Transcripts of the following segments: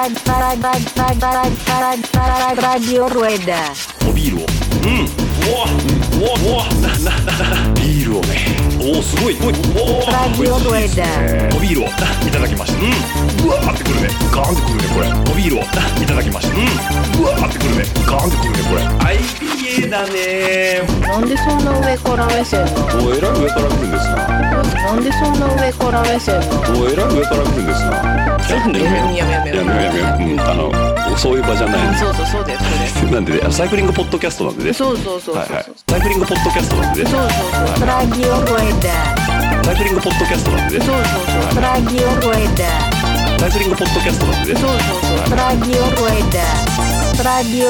Radio Rueda。 おビールをビールをね、おおすごい、 Radio Rueda。 おビールをいただきました。うわーってくるね、ガーンってくるねこれ。おビールをいただきました。うわーってくるね、ガーンってくるねこれ。IPA だね。 なんでそんな上から目線なの？ おえらい上から来るんですな。 なんでそんな上から目線なの？ おえらい上から来るんですな。 やめよう。 そういう場じゃない。 そうだよなんでね、サイクリングポッドキャストなんでね。 そう、 はいはい。サイクリングポッドキャストなんでね。 そう。 Radio Rueda。 サイクリングポッドキャストなんでね。 そう。 Radio Rueda。 サイクリングポッドキャストなんでね。 そう。 Radio Rueda。Radio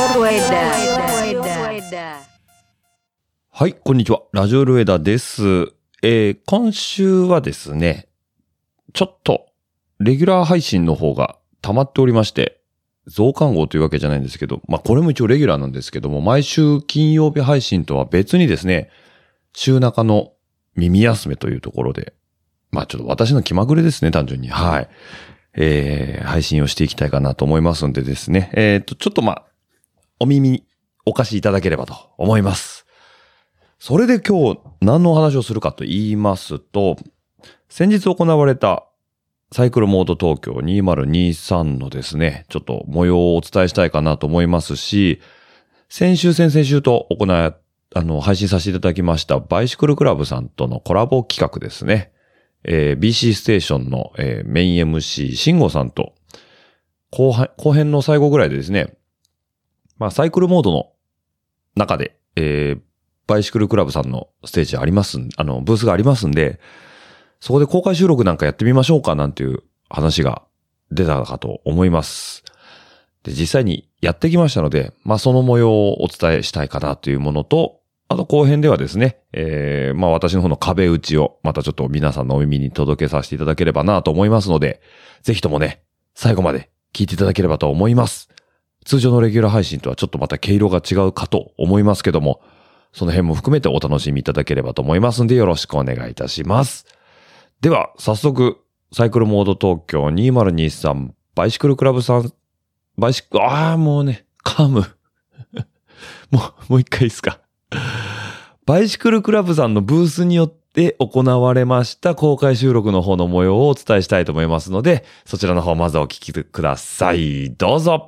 Rueda。 はい、こんにちは。ラジオルエダです。今週はですね、ちょっと、レギュラー配信の方が溜まっておりまして、増刊号というわけじゃないんですけど、これも一応レギュラーなんですけども、毎週金曜日配信とは別にですね、週中の耳休めというところで、ちょっと私の気まぐれですね、単純に。はい。配信をしていきたいかなと思いますんでですね、ちょっとお耳にお貸しいただければと思います。それで今日何のお話をするかと言いますと、先日行われたサイクルモード東京2023のですね、ちょっと模様をお伝えしたいかなと思いますし、先々週と配信させていただきましたバイシクルクラブさんとのコラボ企画ですね。BC ステーションの、メイン MC 慎吾さんと後編の最後ぐらいでですね、サイクルモードの中で、バイシクルクラブさんのステージありますブースがありますんで、そこで公開収録なんかやってみましょうかなんていう話が出たかと思います。で、実際にやってきましたので、その模様をお伝えしたいかなというものと、あと後編ではですね、私の方の壁打ちをまたちょっと皆さんのお耳に届けさせていただければなと思いますので、ぜひともね、最後まで聞いていただければと思います。通常のレギュラー配信とはちょっとまた毛色が違うかと思いますけども、その辺も含めてお楽しみいただければと思いますんでよろしくお願いいたします。では、早速、サイクルモード東京2023バイシクルクラブさん、もうね、噛む。もう一回いいですか。バイシクルクラブさんのブースによって行われました公開収録の方の模様をお伝えしたいと思いますので、そちらの方まずお聞きください。どうぞ。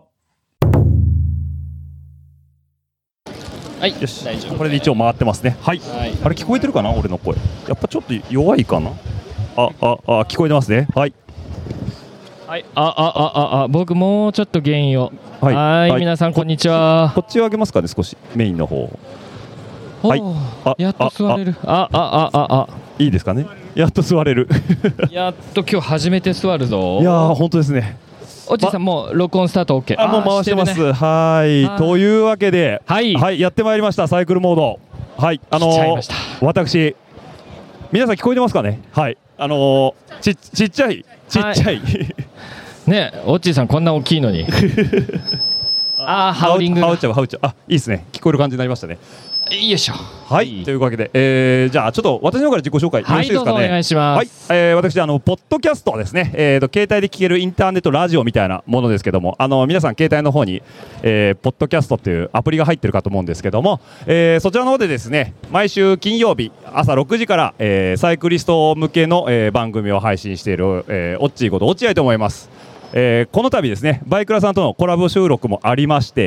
はい、よし、大丈夫。 これで一応回ってますね。はい。あれ聞こえてるかな、俺の声。やっぱちょっと弱いかな。聞こえてますね。はい。 はい。僕もうちょっと原因を。 はい。 皆さんこんにちは。 こっちを上げますかね、少しメインの方。はい。 やっと座れる。 いいですかね。やっと座れる。 やっと今日初めて座るぞ。 いやー本当ですね。 おじさんもう録音スタート OK。 もう回してます。はい。というわけで、はいやってまいりましたサイクルモード。はい。私皆さん聞こえてますかね。はい。ちっちゃい。 ね、オッチーさんこんな大きいのに。ハウリング。 ハウっちゃう。いいですね。聞こえる感じになりましたね。 よいしょ。 はい。というわけで、じゃあちょっと私の方から自己紹介よろしいですかね。 はい、どうぞお願いします。 はい。私ポッドキャストですね。携帯で聞けるインターネットラジオみたいなものですけども、皆さん携帯の方に、ポッドキャストっていうアプリが入ってるかと思うんですけども、そちらの方でですね、毎週金曜日朝6時から、サイクリスト向けの、番組を配信している、オッチーこと落合と思います。この度ですねバイクラさんとのコラボ収録もありまして、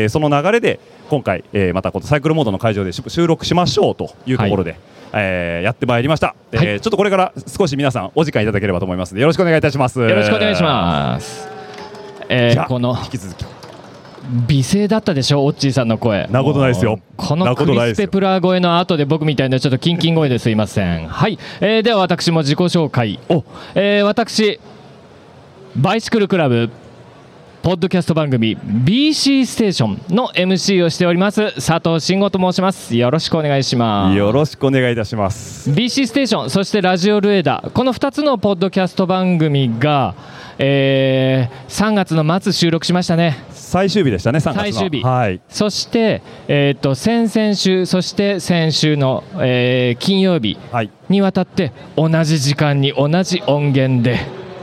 その流れで今回、またこのサイクルモードの会場で収録しましょうというところで、やってまいりました、ちょっとこれから少し皆さんお時間いただければと思いますのでよろしくお願いいたします。 よろしくお願いします。この引き続き美声だったでしょオッチーさんの声。 なことないですよ。 このクリス・ペプラー声の後で僕みたいなちょっとキンキン声ですいません。はい、では私も自己紹介を、私バイシクルクラブポッドキャスト番組 BC ステーションの MC をしております佐藤慎吾と申します。よろしくお願いします。 よろしくお願いいたします。 BC ステーションそしてラジオルエダこの2つのポッドキャスト番組が、3月の末収録しましたね。 最終日でしたね。3月の最終日、 はい、 そして、先々週そして先週の、金曜日にわたって同じ時間に同じ音源で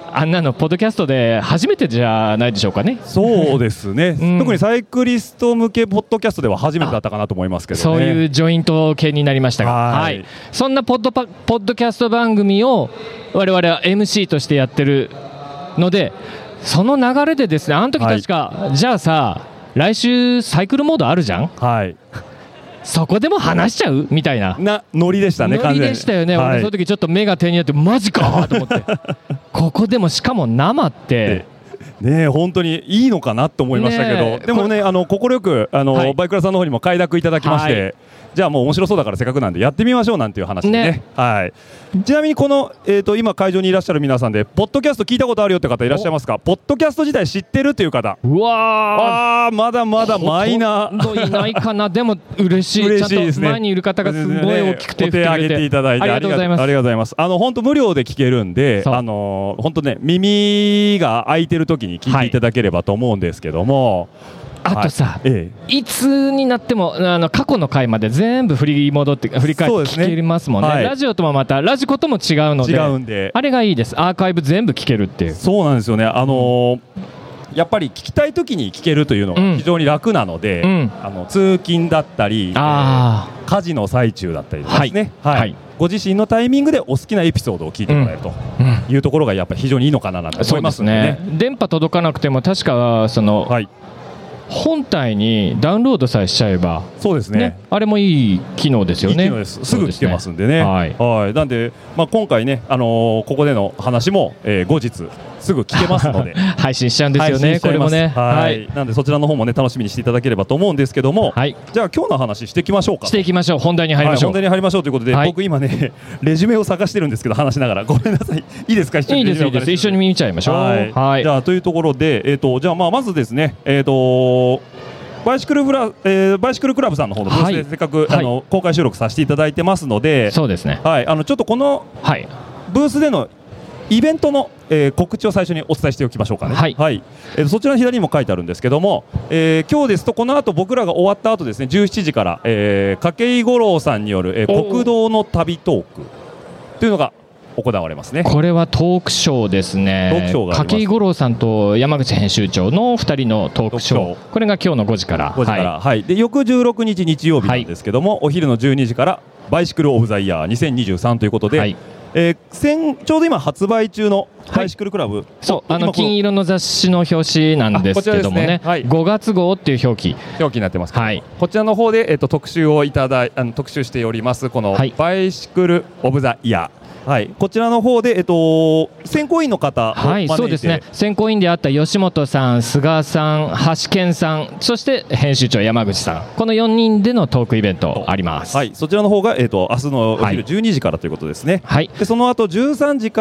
あんなのポッドキャストで初めてじゃないでしょうかね。 そうですね、 うん特にサイクリスト向けポッドキャストでは初めてだったかなと思いますけどね。 そういうジョイント系になりましたが、 はいはい、そんなポッドキャスト番組を我々は MC としてやってるので、その流れでですね、あの時確か、じゃあさ来週サイクルモードあるじゃん、 はい、 そこでも話しちゃうみたいなノリでしたね。 ノリでしたよね、 完全に俺その時ちょっと目が手になってマジかと思ってここでもしかも生ってねえ本当にいいのかなと思いましたけど、 ねえでもね快くはいバイクラさんの方にも快諾いただきまして、 はいじゃあもう面白そうだからせっかくなんでやってみましょうなんていう話でね。 ねはい。ちなみにこの今会場にいらっしゃる皆さんでポッドキャスト聞いたことあるよって方いらっしゃいますか？ポッドキャスト自体知ってるっていう方。 うわまだまだマイナー。 ほとんどいないかなでも嬉しい嬉しいですねちゃんと前にいる方がすごい大きくてお手挙げていただいてありがとうございます。 ありがとうございます。本当無料で聞けるんで、 そう本当ね耳が開いてる時に聞いていただければと思うんですけども。 あとさ、 はいえいつになっても過去の回まで全部振り返って聞けますもんね、 はいラジオともまたラジコとも違うので違うんであれがいいです。アーカイブ全部聞けるっていう。 そうなんですよね。やっぱり聞きたい時に聞けるというのが非常に楽なので、 うん通勤だったり、 あ家事の最中だったりとかですね、 はいはいご自身のタイミングでお好きなエピソードを聞いてもらえるというところがやっぱり非常にいいのかなと思いますのでね。 電波届かなくても確かその、 はい、 本体にダウンロードさえしちゃえば、 そうですね。 ね、あれもいい機能ですよね。 いい機能です。すぐ聞けますんでね。 はいはい。なんで、今回ね、ここでの話も、後日すぐ聞けますので配信しちゃうんですよね、 配信しちゃいますこれもね。 はい。なんでそちらの方もね楽しみにしていただければと思うんですけども、 はい、 じゃあ今日の話していきましょうか。 していきましょう。本題に入りましょう。 本題に入りましょうということで、 はい僕今ねレジュメを探してるんですけど話しながらごめんなさい。いいですか？一緒にいいですいいです。一緒に見ちゃいましょう。 はい。 はい。 じゃあというところでじゃあまずですねバイシクルクラブさんの方のブースでせっかく、 はい公開収録させていただいてますので、 そうですね。 はい、ちょっとこのはい。 ブースでのイベントの、告知を最初にお伝えしておきましょうかね。 はいそちらの左にも書いてあるんですけども、今日ですとこの後僕らが終わった後ですね17時から、筧五郎さんによる、国道の旅トークというのが行われますね。 これはトークショーですね。 トークショーがあります。 筧五郎さんと山口編集長の2人のトークショー。これが今日の5時から。 5時から、はい、で翌16日日曜日なんですけども、お昼の12時からバイシクルオブザイヤー2023ということで、 はい、 ちょうど今発売中のバイシクルクラブ、 そう金色の雑誌の表紙なんですけどもね、5月号っていう表記になってますけど、はい、こちらの方で、特集を特集しておりますこのバイシクルオブザイヤー、はい、こちらの方で、選考委員の方を招いて、 そうですね、選考委員であった吉本さん、菅さん、橋健さん、そして編集長山口さん、この4人でのトークイベントあります。 はい、そちらの方が、明日のお昼12時からということですね。 はい、 でその後13時から、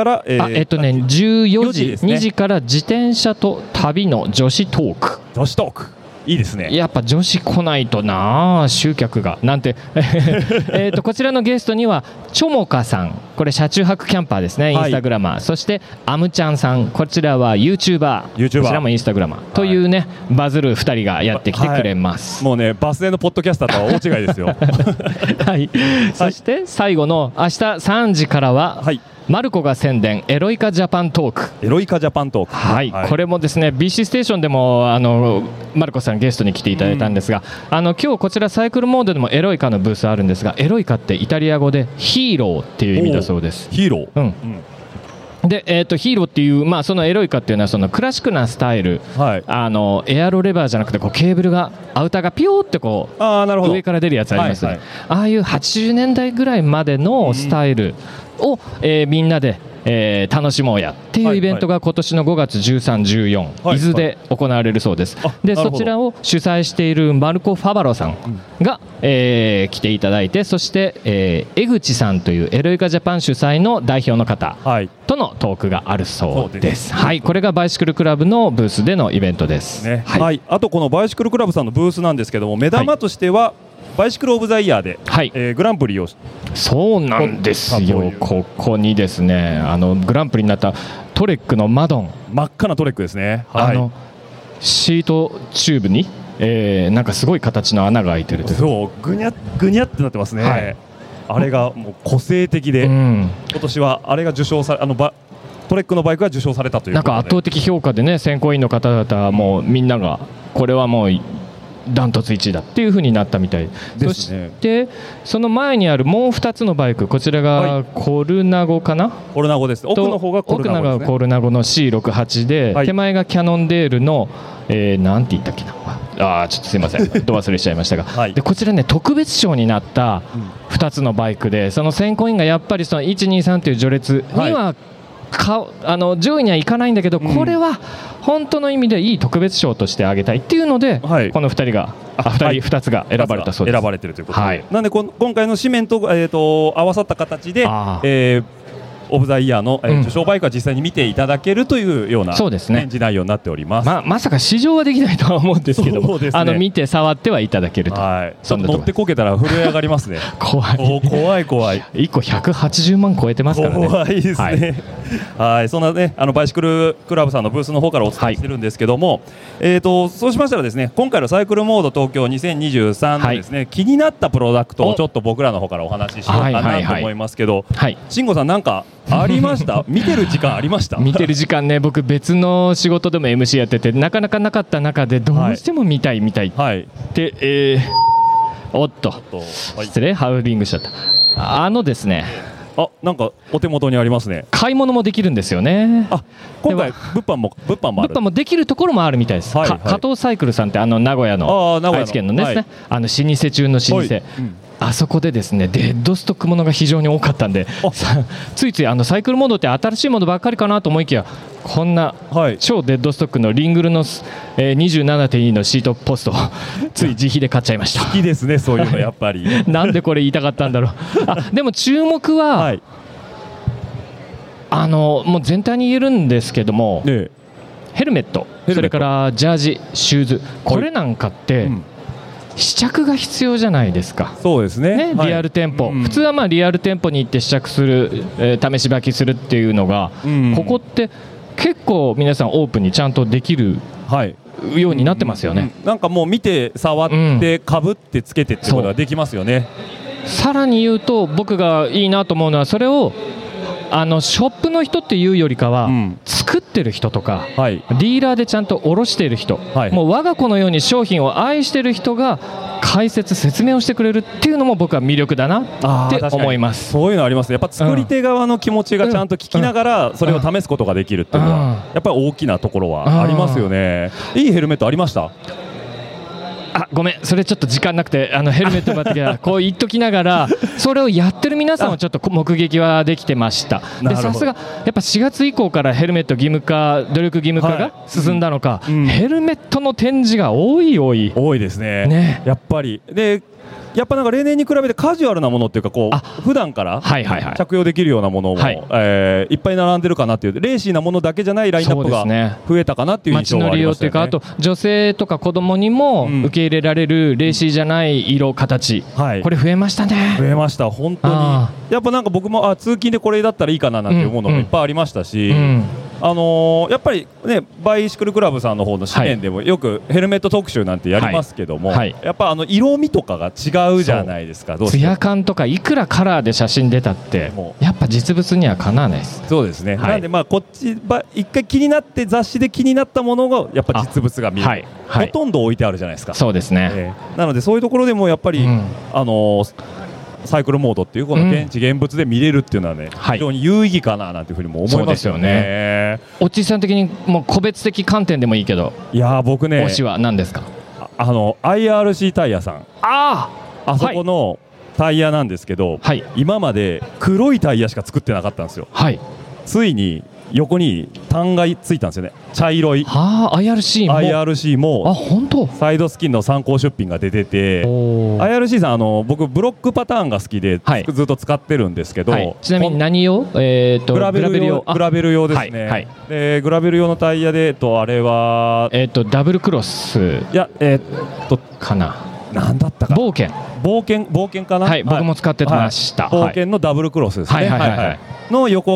14時、 ですね、 2時から自転車と旅の女子トーク。 女子トークいいですね。 やっぱ女子来ないとな、集客がなんてこちらのゲストにはチョモカさん、これ車中泊キャンパーですね、インスタグラマー、そしてアムちゃんさん、こちらは YouTuber、こちらもインスタグラマーというね、バズる2人がやってきてくれます。 もうね、バス停のポッドキャスターとは大違いですよ。 はい、そして最後の明日3時からは、マルコが宣伝エロイカジャパントーク。 エロイカジャパントーク、 はいはい、これもですね BC ステーションでもマルコさんゲストに来ていただいたんですが、今日こちらサイクルモードでもエロイカのブースあるんですが、エロイカってイタリア語でヒーローっていう意味だそうです。 ヒーロー、 でヒーローっていう、そのエロイカっていうのはそのクラシックなスタイル、エアロレバーじゃなくてこうケーブルがアウターがピューってこう上から出るやつありますね、ああいう80年代ぐらいまでのスタイルを、みんなで、楽しもうやっていうイベントが今年の5月13、14、伊豆で行われるそうです。でそちらを主催しているマルコ・ファバロさんが、来ていただいて、そして、江口さんというエロイカジャパン主催の代表の方とのトークがあるそうです。はい、これがバイシクルクラブのブースでのイベントです。 ね、はい、あとこのバイシクルクラブさんのブースなんですけども、目玉としては、バイシクルオブザイヤーで、グランプリをそうなんですよ。ここにですねグランプリになったトレックのマドン、 真っ赤なトレックですね、 シートチューブに、なんかすごい形の穴が開いてるという、 そうぐにゃぐにゃってなってますね、あれがもう個性的で、今年はあれが受賞されトレックのバイクが受賞されたということで、 なんか圧倒的評価でね、選考委員の方々はもうみんながこれはもうダントツ1位だっていう風になったみたいですね。 そしてその前にあるもう2つのバイク、こちらがコルナゴかな、 コルナゴです。奥の方がコルナゴですね。 奥のコルナゴの C68 で、 はい、 手前がキャノンデールの、なんて言ったっけな、ちょっとすいませんど忘れしちゃいましたが、はい、でこちらね特別賞になった2つのバイクで、その選考委員がやっぱりその123という序列には、上位にはいかないんだけど、これは本当の意味でいい特別賞としてあげたいっていうので、はい、この2人が2つが選ばれたそうです。 選ばれてるということで、はい、なんで今回の紙面と、合わさった形で、オブザイヤーの、受賞バイクは実際に見ていただけるというような展示内容になっております。 まさか試乗はできないとは思うんですけども、ね、見て触ってはいただけると。 はい、ちょっと乗ってこけたら震え上がりますね怖い 1個180万超えてますからね。 怖いですね、はい、そんなねバイシクルクラブさんのブースの方からお伝えしてるんですけども、そうしましたらですね、今回のサイクルモード東京2023のですね、気になったプロダクトをちょっと僕らの方からお話ししようかなと思いますけど、慎吾さんなんかありました見てる時間ありました見てる時間ね、僕別の仕事でも MC やっててなかなかなかった中でどうしても見たいって、おっと失礼、ハウリングしちゃった。ですね、 なんかお手元にありますね。 買い物もできるんですよね。 今回物販もある。 物販もできるところもあるみたいです。加藤サイクルさんって名古屋の愛知県のですね、老舗中の老舗、あそこでですねデッドストックものが非常に多かったんで、ついついサイクルモードって新しいものばっかりかなと思いきや、こんな超デッドストックのリングルの 27.2 のシートポストをつい自費で買っちゃいました。 好きですねそういうのやっぱりなんでこれ言いたかったんだろうでも注目は、もう全体に言えるんですけども、ヘルメット、それからジャージ、シューズ、これなんかって、試着が必要じゃないですか。 そうですね、 リアル店舗、普通はリアル店舗に行って試着する、試し履きするっていうのが、ここって結構皆さんオープンにちゃんとできるようになってますよね。 なんかもう見て触ってかぶってつけてってことができますよね。 さらに言うと僕がいいなと思うのは、それをショップの人っていうよりかは、作ってる人とか、ディーラーでちゃんと卸している人、もう我が子のように商品を愛している人が解説説明をしてくれるっていうのも僕は魅力だなって思います。 そういうのありますね。やっぱ作り手側の気持ちがちゃんと聞きながらそれを試すことができるっていうのはやっぱり大きなところはありますよね。いいヘルメットありました？ ごめん、それちょっと時間なくてヘルメットもらってきたこう言っときながら、それをやってる皆さんをちょっと目撃はできてました。でさすがやっぱ4月以降からヘルメット義務化、努力義務化が進んだのか、ヘルメットの展示が多いですね。やっぱりでやっぱなんか例年に比べてカジュアルなものっていうか、こう普段から着用できるようなものもいっぱい並んでるかなっていう、レーシーなものだけじゃないラインナップが増えたかなっていう印象はありましたよね。 街の利用というか、あと女性とか子供にも受け入れられるレーシーじゃない色形、これ増えましたね。 増えました本当に。やっぱなんか僕も通勤でこれだったらいいかななんて思うのもいっぱいありましたし、やっぱりねバイシクルクラブさんの方の紙面でもよくヘルメット特集なんてやりますけども、やっぱ色味とかが違うじゃないですか。 ツヤ感とかいくらカラーで写真出たってやっぱ実物にはかなわないです。 そうですね、なんでこっち一回気になって雑誌で気になったものがやっぱ実物が見れる、ほとんど置いてあるじゃないですか。 そうですね、 なのでそういうところでもやっぱり、サイクルモードっていうこの現地現物で見れるっていうのはね、非常に有意義かななんていうふうにも思いますよね。 おっちさん的にもう個別的観点でもいいけど、 いや僕ね、 推しは何ですか ？IRC タイヤさん、あそこのタイヤなんですけど、今まで黒いタイヤしか作ってなかったんですよ。ついに横に単がついたんですよね、茶色い。IRC も本当サイドスキンの参考出品が出てて、 IRC さん僕ブロックパターンが好きで、ずっと使ってるんですけど、 ちなみに何用？グラベル用ですね。でグラベル用のタイヤであれはダブルクロス、いやかな、 何だったか、冒険かな。 僕も使ってました。 冒険のダブルクロスですねの横が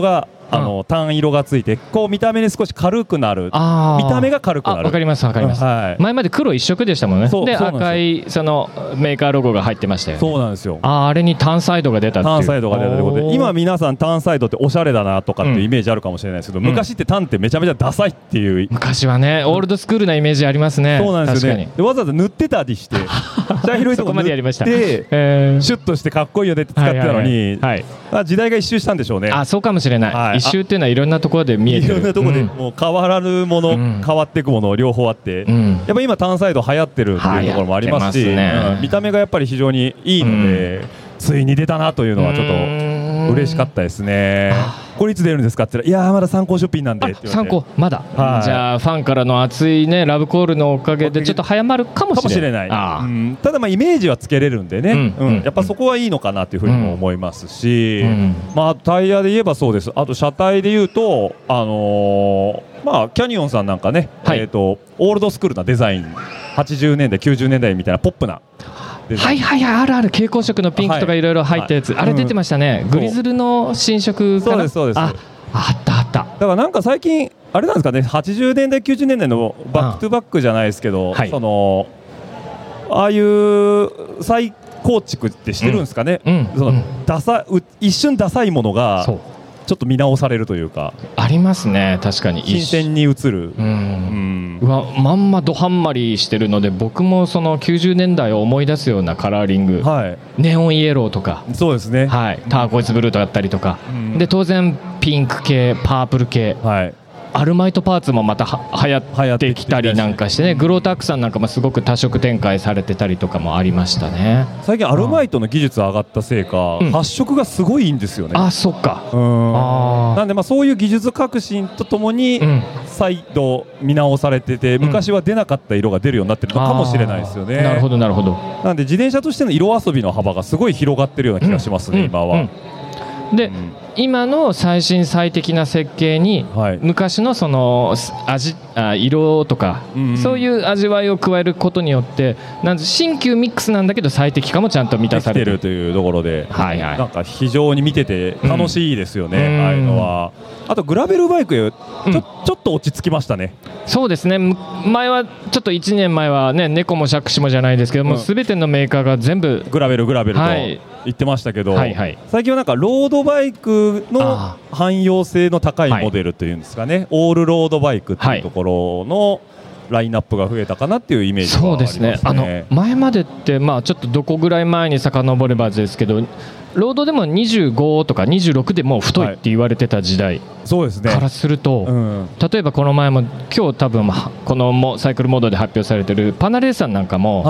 単色がついてこう見た目に少し軽くなる、見た目が軽くなる。 わかりますわかります、はい、前まで黒一色でしたもんね。で赤いそのメーカーロゴが入ってましたよね。 そうなんですよ。 あれに単サイドが出たっていう。 単サイドが出たということで、今皆さん単サイドっておしゃれだなとかっていうイメージあるかもしれないですけど、昔って単ってめちゃめちゃダサいっていう、 昔はねオールドスクールなイメージありますね。 そうなんですよね。でわざわざ塗ってたりして茶色いとこ塗ってシュッとしてかっこいいよねって使ってたのに、時代が一周したんでしょうね。 そうかもしれない、一周っていうのはいろんなところで見えてる、 いろんなところでもう変わらぬもの、変わっていくもの両方あって、やっぱ今単サイド流行ってるっていうところもありますし、見た目がやっぱり非常にいいので、ついに出たなというのはちょっと嬉しかったですね。これいつ出るんですかって言ったら、いやまだ参考出品なんでって言われて。参考まだ、じゃあファンからの熱いねラブコールのおかげでちょっと早まるかもしれない。 ただイメージはつけれるんでね、やっぱそこはいいのかなというふうにも思いますし、タイヤで言えばそうです。あと車体で言うとキャニオンさんなんかね、オールドスクールなデザイン、80年代90年代みたいなポップな、 あるある蛍光色のピンクとかいろいろ入ったやつ、あれ出てましたね。グリズルの新色かな。 そうです。 あっただからなんか最近あれなんですかね、80年代90年代のバックトゥバックじゃないですけど、ああいう再構築ってしてるんですかね。一瞬ダサいものがちょっと見直されるというか、 ありますね。確かに新鮮に映る。 まんまドハンマリしてるので、僕もその90年代を思い出すようなカラーリング、ネオンイエローとか、 そうですね、 ターコイズブルーだったりとか、で当然ピンク系パープル系、アルマイトパーツもまた流行ってきたりなんかしてね、グロータックさんなんかもすごく多色展開されてたりとかもありましたね。 最近アルマイトの技術上がったせいか、発色がすごいいいんですよね。 そっか。 なんでそういう技術革新とともに再度見直されてて、昔は出なかった色が出るようになってるのかもしれないですよね。 なるほどなるほど。 なんで自転車としての色遊びの幅がすごい広がってるような気がしますね、今は。 で今の最新最適な設計に、昔のその色とか、そういう味わいを加えることによって、新旧ミックスなんだけど最適化もちゃんと満たされてるというところで、なんか非常に見てて楽しいですよね、ああいうのは。あとグラベルバイクちょっと落ち着きましたね。 そうですね。前はちょっと1年前はね、猫も杓子もじゃないですけども、全てのメーカーが全部グラベルと言ってましたけど、最近はなんかロードバイクの汎用性の高いモデルというんですかね、オールロードバイクっていうところのラインナップが増えたかなっていうイメージがありますね。 そうですね。前までってちょっとどこぐらい前に遡ればですけど、ロードでも25とか26でもう太いって言われてた時代からすると、例えばこの前も今日多分このサイクルモードで発表されてるパナレーサーなんかも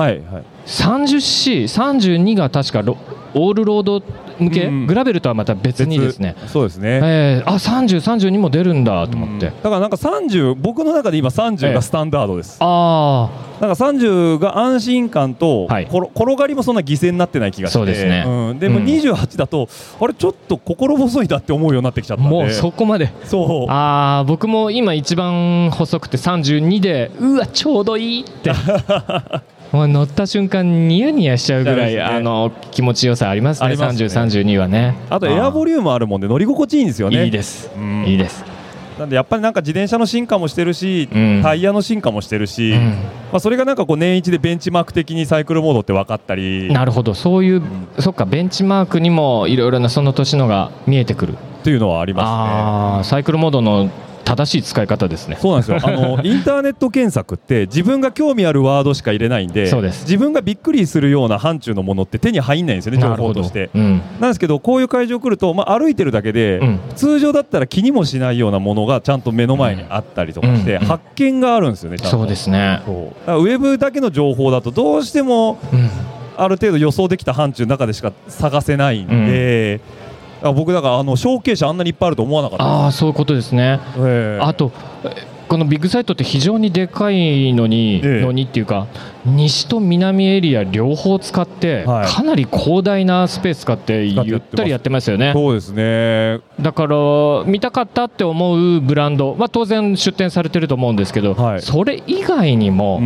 30C32 が確かオールロード向け、グラベルとはまた別にですね。 そうですね。 30、32も出るんだと思って。 だからなんか30、僕の中で今30がスタンダードです。なんか30が安心感と、転がりもそんな犠牲になってない気がして。 そうですね。 でも28だと、あれちょっと心細いなって思うようになってきちゃったんで。 もうそこまで。 そう。 僕も今一番細くて32で、うわちょうどいいって。もう乗った瞬間ニヤニヤしちゃうぐらい、気持ちよさありますね。30、32はね。あとエアボリュームあるもんで乗り心地いいんですよね。 いいです。いいです。 なんでやっぱりなんか自転車の進化もしてるし、タイヤの進化もしてるし、それがなんか年一でベンチマーク的にサイクルモードって分かったり。 なるほど。そういう、そっか、ベンチマークにもいろいろなその年のが見えてくるというのはありますね。 サイクルモードの正しい使い方ですね。 そうなんですよ。インターネット検索って自分が興味あるワードしか入れないんで、自分がびっくりするような範疇のものって手に入んないんですよね、情報として。なんですけどこういう会場来ると、歩いてるだけで、通常だったら気にもしないようなものがちゃんと目の前にあったりとかして、発見があるんですよね。 そうですね。 ウェブだけの情報だとどうしてもある程度予想できた範疇の中でしか探せないんで。僕だからショーケースあんなにいっぱいあると思わなかったです。 そういうことですね。あとこのビッグサイトって非常にでかいのにっていうか、西と南エリア両方使って、かなり広大なスペース使ってゆったりやってますよね。 そうですね。 だから見たかったって思うブランドは当然出展されてると思うんですけど、それ以外にも、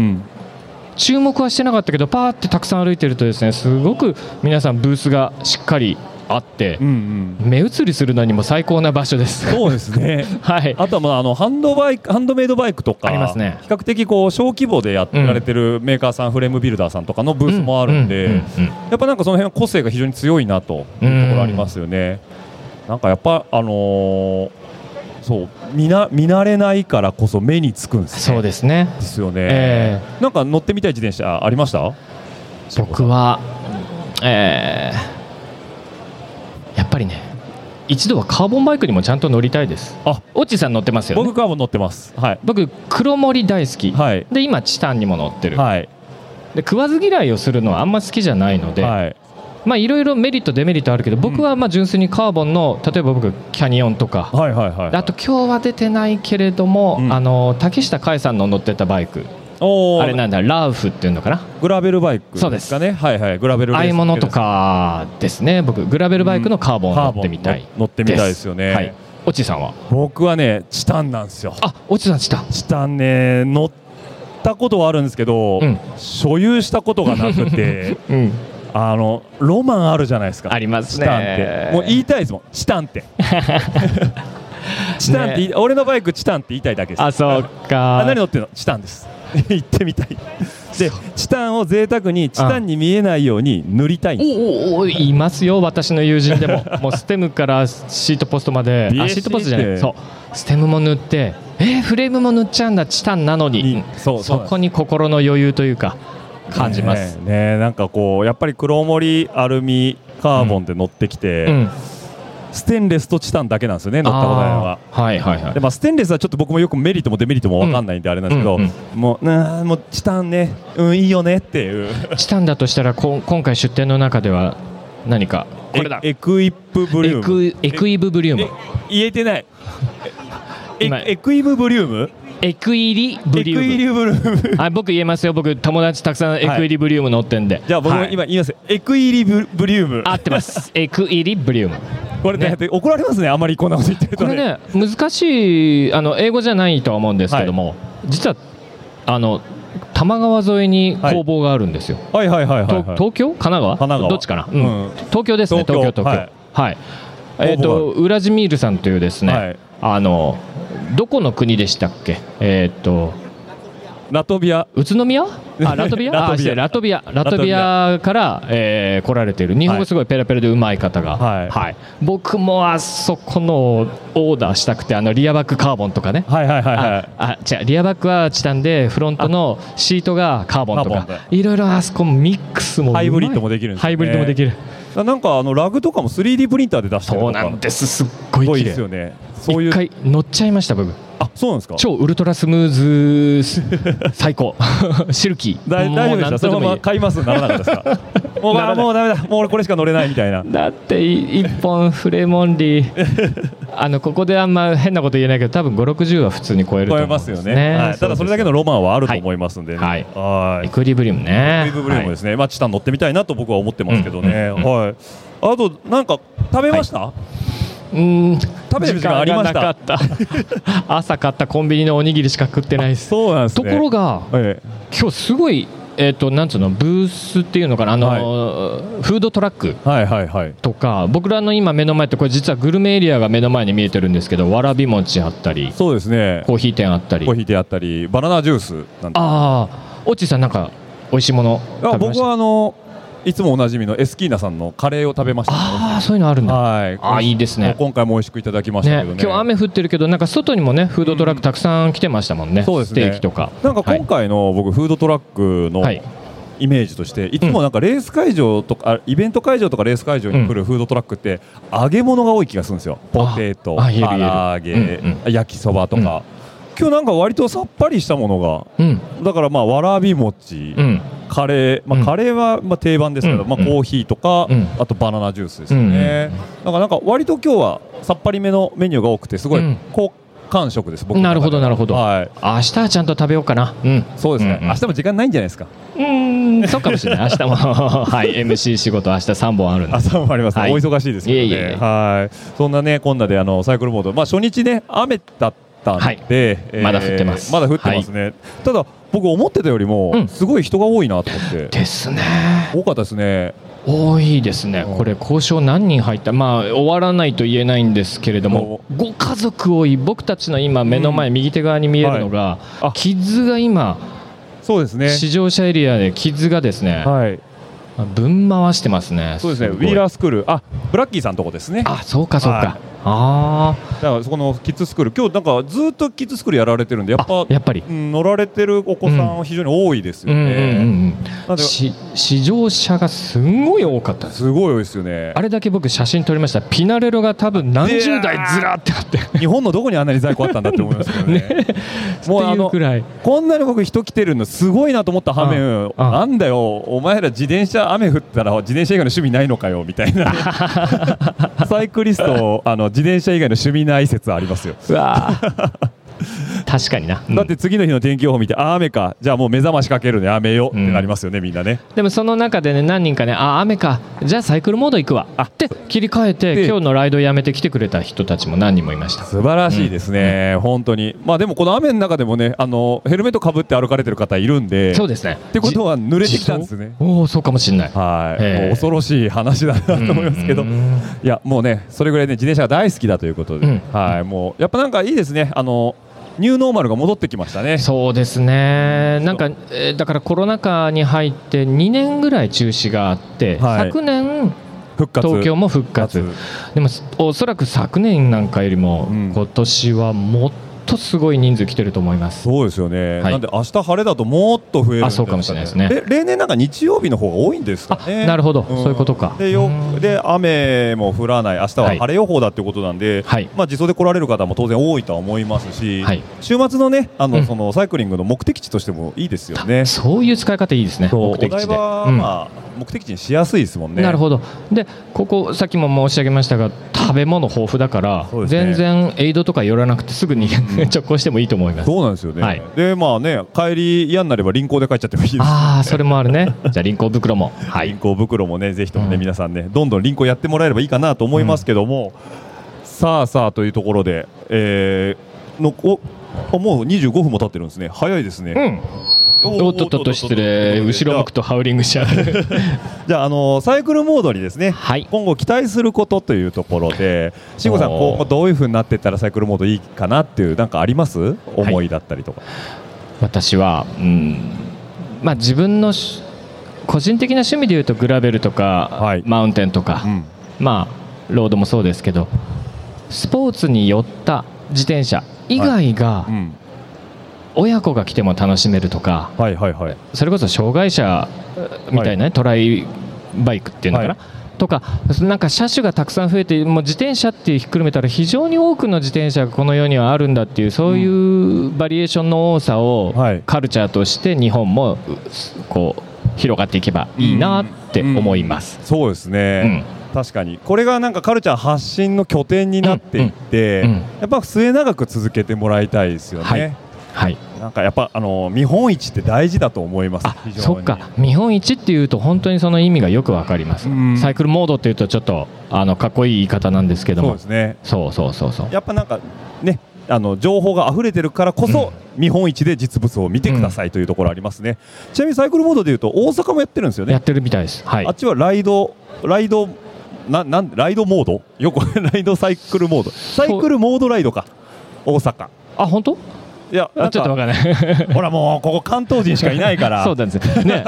注目はしてなかったけどパーってたくさん歩いてるとですね、すごく皆さんブースがしっかりあって、 うんうん、 目移りするのにも最高な場所です。 そうですねはい、 あとはまあハンドメイドバイクとかありますね。 比較的こう小規模でやられてるメーカーさん、フレームビルダーさんとかのブースもあるんで、やっぱなんかその辺の個性が非常に強いなというところありますよね。なんかやっぱそう見慣れないからこそ目につくんですね。 そうですね。 ですよね。なんか乗ってみたい自転車ありました？ 僕は、やっぱりね、一度はカーボンバイクにもちゃんと乗りたいです。オッチーさん乗ってますよね。 僕カーボン乗ってます。はい。 僕黒森大好き。 はい。 で今チタンにも乗ってる。 はい。 で食わず嫌いをするのはあんま好きじゃないので。はい。まあいろいろメリットデメリットあるけど、僕はまあ純粋にカーボンの例えば僕キャニオンとか、はいはいはい、あと今日は出てないけれども、竹下海さんの乗ってたバイク、あれなんだラウフっていうのかな、 グラベルバイクですかね。はいはい、グラベルレース、 ああいうものとかですね。僕グラベルバイクのカーボンを乗ってみたい、 乗ってみたいですよね。 はい。オチさんは？僕はねチタンなんですよ。 オチさんチタンね乗ったことはあるんですけど、所有したことがなくて、ロマンあるじゃないですか。 ありますね。 チタンってもう言いたいですもん。チタンってチタンって、ね、俺のバイクチタンって言いたいだけです。 そうか。 何乗ってるの？チタンです行ってみたいで、チタンを贅沢にチタンに見えないように塗りたいんです。 いますよ、私の友人でももうステムからシートポストまで、シートポストじゃない、そうステムも塗って、フレームも塗っちゃうんだ、チタンなのに。そこに心の余裕というか感じますね。なんかこうやっぱり黒森アルミカーボンで乗ってきて、ステンレスとチタンだけなんですよね、乗ったことないのは。はいはいはい。でまあステンレスはちょっと僕もよくメリットもデメリットも分かんないんであれなんですけど、もうチタンね、いいよねっていう。 チタンだとしたら今回出展の中では何かこれだ。 エクイプブリウム。 エクイブブリウム。 言えてない。エクイブブリウム。 エクイリブリウム。僕言えますよ。僕友達たくさんエクイリブリウム乗ってんで。 じゃあ僕も今言います。エクイリブリウム。 合ってます。エクイリブリウム。 これね怒られますね。あんまりこんなこと言ってるとね。 これね難しい英語じゃないとは思うんですけども、実は多摩川沿いに工房があるんですよ。 はいはいはいはい。 東京？神奈川？どっちかな。東京ですね。東京。はい。ウラジミールさんというですね、どこの国でしたっけ？ ラトビア。 宇都宮？ラトビア？ラトビアから来られている、日本語すごいペラペラでうまい方が、はい。僕もあそこのオーダーしたくて、リアバックカーボンとかね。はいはいはいはい。違う、リアバックはチタンでフロントのシートがカーボンとか、いろいろあそこミックスもハイブリッドもできるんですね。 ハイブリッドもできる。 なんかラグとかも 3D プリンターで出してるとか。 そうなんです。すっごい綺麗ですよね。 一回乗っちゃいました僕。 そうなんですか。 超ウルトラスムーズ最高シルキー。 大丈夫でした？そのまま買いますならなかったですか？もうダメだ、もう俺これしか乗れないみたいな。 だって1本フレモンリーここであんま変なこと言えないけど、多分5、60は普通に超えると思いますよね。ただそれだけのロマンはあると思いますんで。 エクイリブリウムね。 エクイリブリウムですね。チタン乗ってみたいなと僕は思ってますけどね。はい。あとなんか食べました？食べる時間ありました？ 朝買ったコンビニのおにぎりしか食ってないです。 そうなんですね。 ところが、今日すごいなんつうのブースっていうのかな、フードトラックとか、僕らの今目の前ってこれ実はグルメエリアが目の前に見えてるんですけど、わらび餅あったり、 そうですね、 コーヒー店あったり、 バナナジュースなんて。 オッチーさんなんか美味しいもの食べました？ 僕はいつもおなじみのエスキーナさんのカレーを食べました。 そういうのあるんだ。いいですね。 今回も美味しくいただきましたけどね。 今日雨降ってるけど、なんか外にもねフードトラックたくさん来てましたもんね。 そうですね。 ステーキとか。 なんか今回の僕フードトラックのイメージとして、いつもなんかレース会場とかイベント会場とかレース会場に来るフードトラックって揚げ物が多い気がするんですよ。ポテト、唐揚げ、焼きそばとか。今日なんか割とさっぱりしたものが、だからわらび餅、カレー、カレーは定番ですけど、コーヒーとか、あとバナナジュースですよね。なんか割と今日はさっぱりめのメニューが多くて、すごい好感触です。僕なるほどなるほど。明日はちゃんと食べようかな。 そうですね。明日も時間ないんじゃないですか。 そうかもしれない。明日もMC 仕事明日3本あるんで。 3本あります。お忙しいですけどね。はい。そんなねこんなでサイクルモード、初日ね雨だったんで、 まだ降ってます。 まだ降ってますね。ただ僕思ってたよりもすごい人が多いなと思って。 ですね。 多かったですね。 多いですね、これ交渉何人入った、まあ終わらないと言えないんですけれども、ご家族多い。僕たちの今目の前、右手側に見えるのが、キッズが今そうですね、 試乗車エリアでキッズがですね、 はい、 分回してますね。 そうですね、ウィーラースクール、ブラッキーさんのとこですね。 そうかそうか、 はい、だからそこのキッズスクール、今日なんかずっとキッズスクールやられてるんで、やっぱり、乗られてるお子さんは非常に多いですよね。 試乗車がすごい多かったです。 すごい多いですよね。 あれだけ僕写真撮りました。ピナレロが多分何十台ずらってあって、 日本のどこにあんなに在庫あったんだって思いますけどね。もうこんなに僕人来てるのすごいなと思った反面、なんだよお前ら自転車雨降ったら自転車以外の趣味ないのかよみたいなサイクリスト自転車以外の趣味ない説ありますよ。 うわ確かにな、 だって次の日の天気予報見て雨か、じゃあもう目覚ましかけるね、雨よってなりますよね、みんなね。 でもその中でね、何人かね、雨か、じゃあサイクルモード行くわって切り替えて、今日のライドやめて来てくれた人たちも何人もいました。 素晴らしいですね、本当に。まあでもこの雨の中でもね、ヘルメットかぶって歩かれてる方いるんで、 そうですね。 ってことは濡れてきたんですね。 そうかもしれない。 はい、もう恐ろしい話だなと思いますけど、いやもうね、それぐらいね自転車が大好きだということで、はい、もうやっぱなんかいいですね。ニューノーマルが戻ってきましたね。 そうですね。なんか、だからコロナ禍に入って2年ぐらい中止があって、昨年東京も復活。でもおそらく昨年なんかよりも、今年はもっとすごい人数来てると思います。 そうですよね、なんで明日晴れだともっと増えるんそうかもしれないですね。 例年なんか日曜日の方が多いんですかね。 なるほど、そういうことか。 で雨も降らない、明日は晴れ予報だっていうことなんで、まあ自走で来られる方も当然多いとは思いますし、週末のねそのサイクリングの目的地としてもいいですよね。 そういう使い方いいですね。目的地で、 まあ目的地にしやすいですもんね。 なるほど。でここさっきも申し上げましたが、食べ物豊富だから、全然エイドとか寄らなくてすぐに直行してもいいと思います。 そうなんですよね。でまあね、帰り嫌になれば輪行で帰っちゃってもいいです。 それもあるね。じゃあ輪行袋も、 輪行袋もね、ぜひともね、皆さんね、どんどん輪行やってもらえればいいかなと思いますけども、さあというところで、もう25分も経ってるんですね。早いですね。 おっと失礼、後ろ向くとハウリングしちゃうじゃあ、サイクルモードにですね、今後期待することというところで、慎吾さん、今後どういう風になっていったらサイクルモードいいかなっていうなんかあります？思いだったりとか。 私は、まあ、自分の個人的な趣味でいうとグラベルとか、マウンテンとか、まあロードもそうですけど、スポーツに寄った自転車以外が、親子が来ても楽しめるとか、それこそ障害者みたいな、トライバイクっていうのかな、とか、なんか車種がたくさん増えて、もう自転車ってひっくるめたら非常に多くの自転車がこの世にはあるんだっていう、そういうバリエーションの多さをカルチャーとして日本もこう広がっていけばいいなって思います。 そうですね、確かにこれがなんかカルチャー発信の拠点になっていって、やっぱ末永く続けてもらいたいですよね。なんかやっぱ見本市って大事だと思います。 そっか、見本市っていうと本当にその意味がよくわかります。サイクルモードっていうとちょっとかっこいい言い方なんですけども、 そうですね。 そうやっぱなんかね、情報が溢れてるからこそ、見本市で実物を見てくださいというところありますね。ちなみにサイクルモードでいうと大阪もやってるんですよね。 やってるみたいです。 あっちはライドモード、よくライドサイクルモード、サイクルモードライドか、大阪。 本当？ いや、 ちょっとわかんない。 ほらもうここ関東人しかいないからそうなんですね。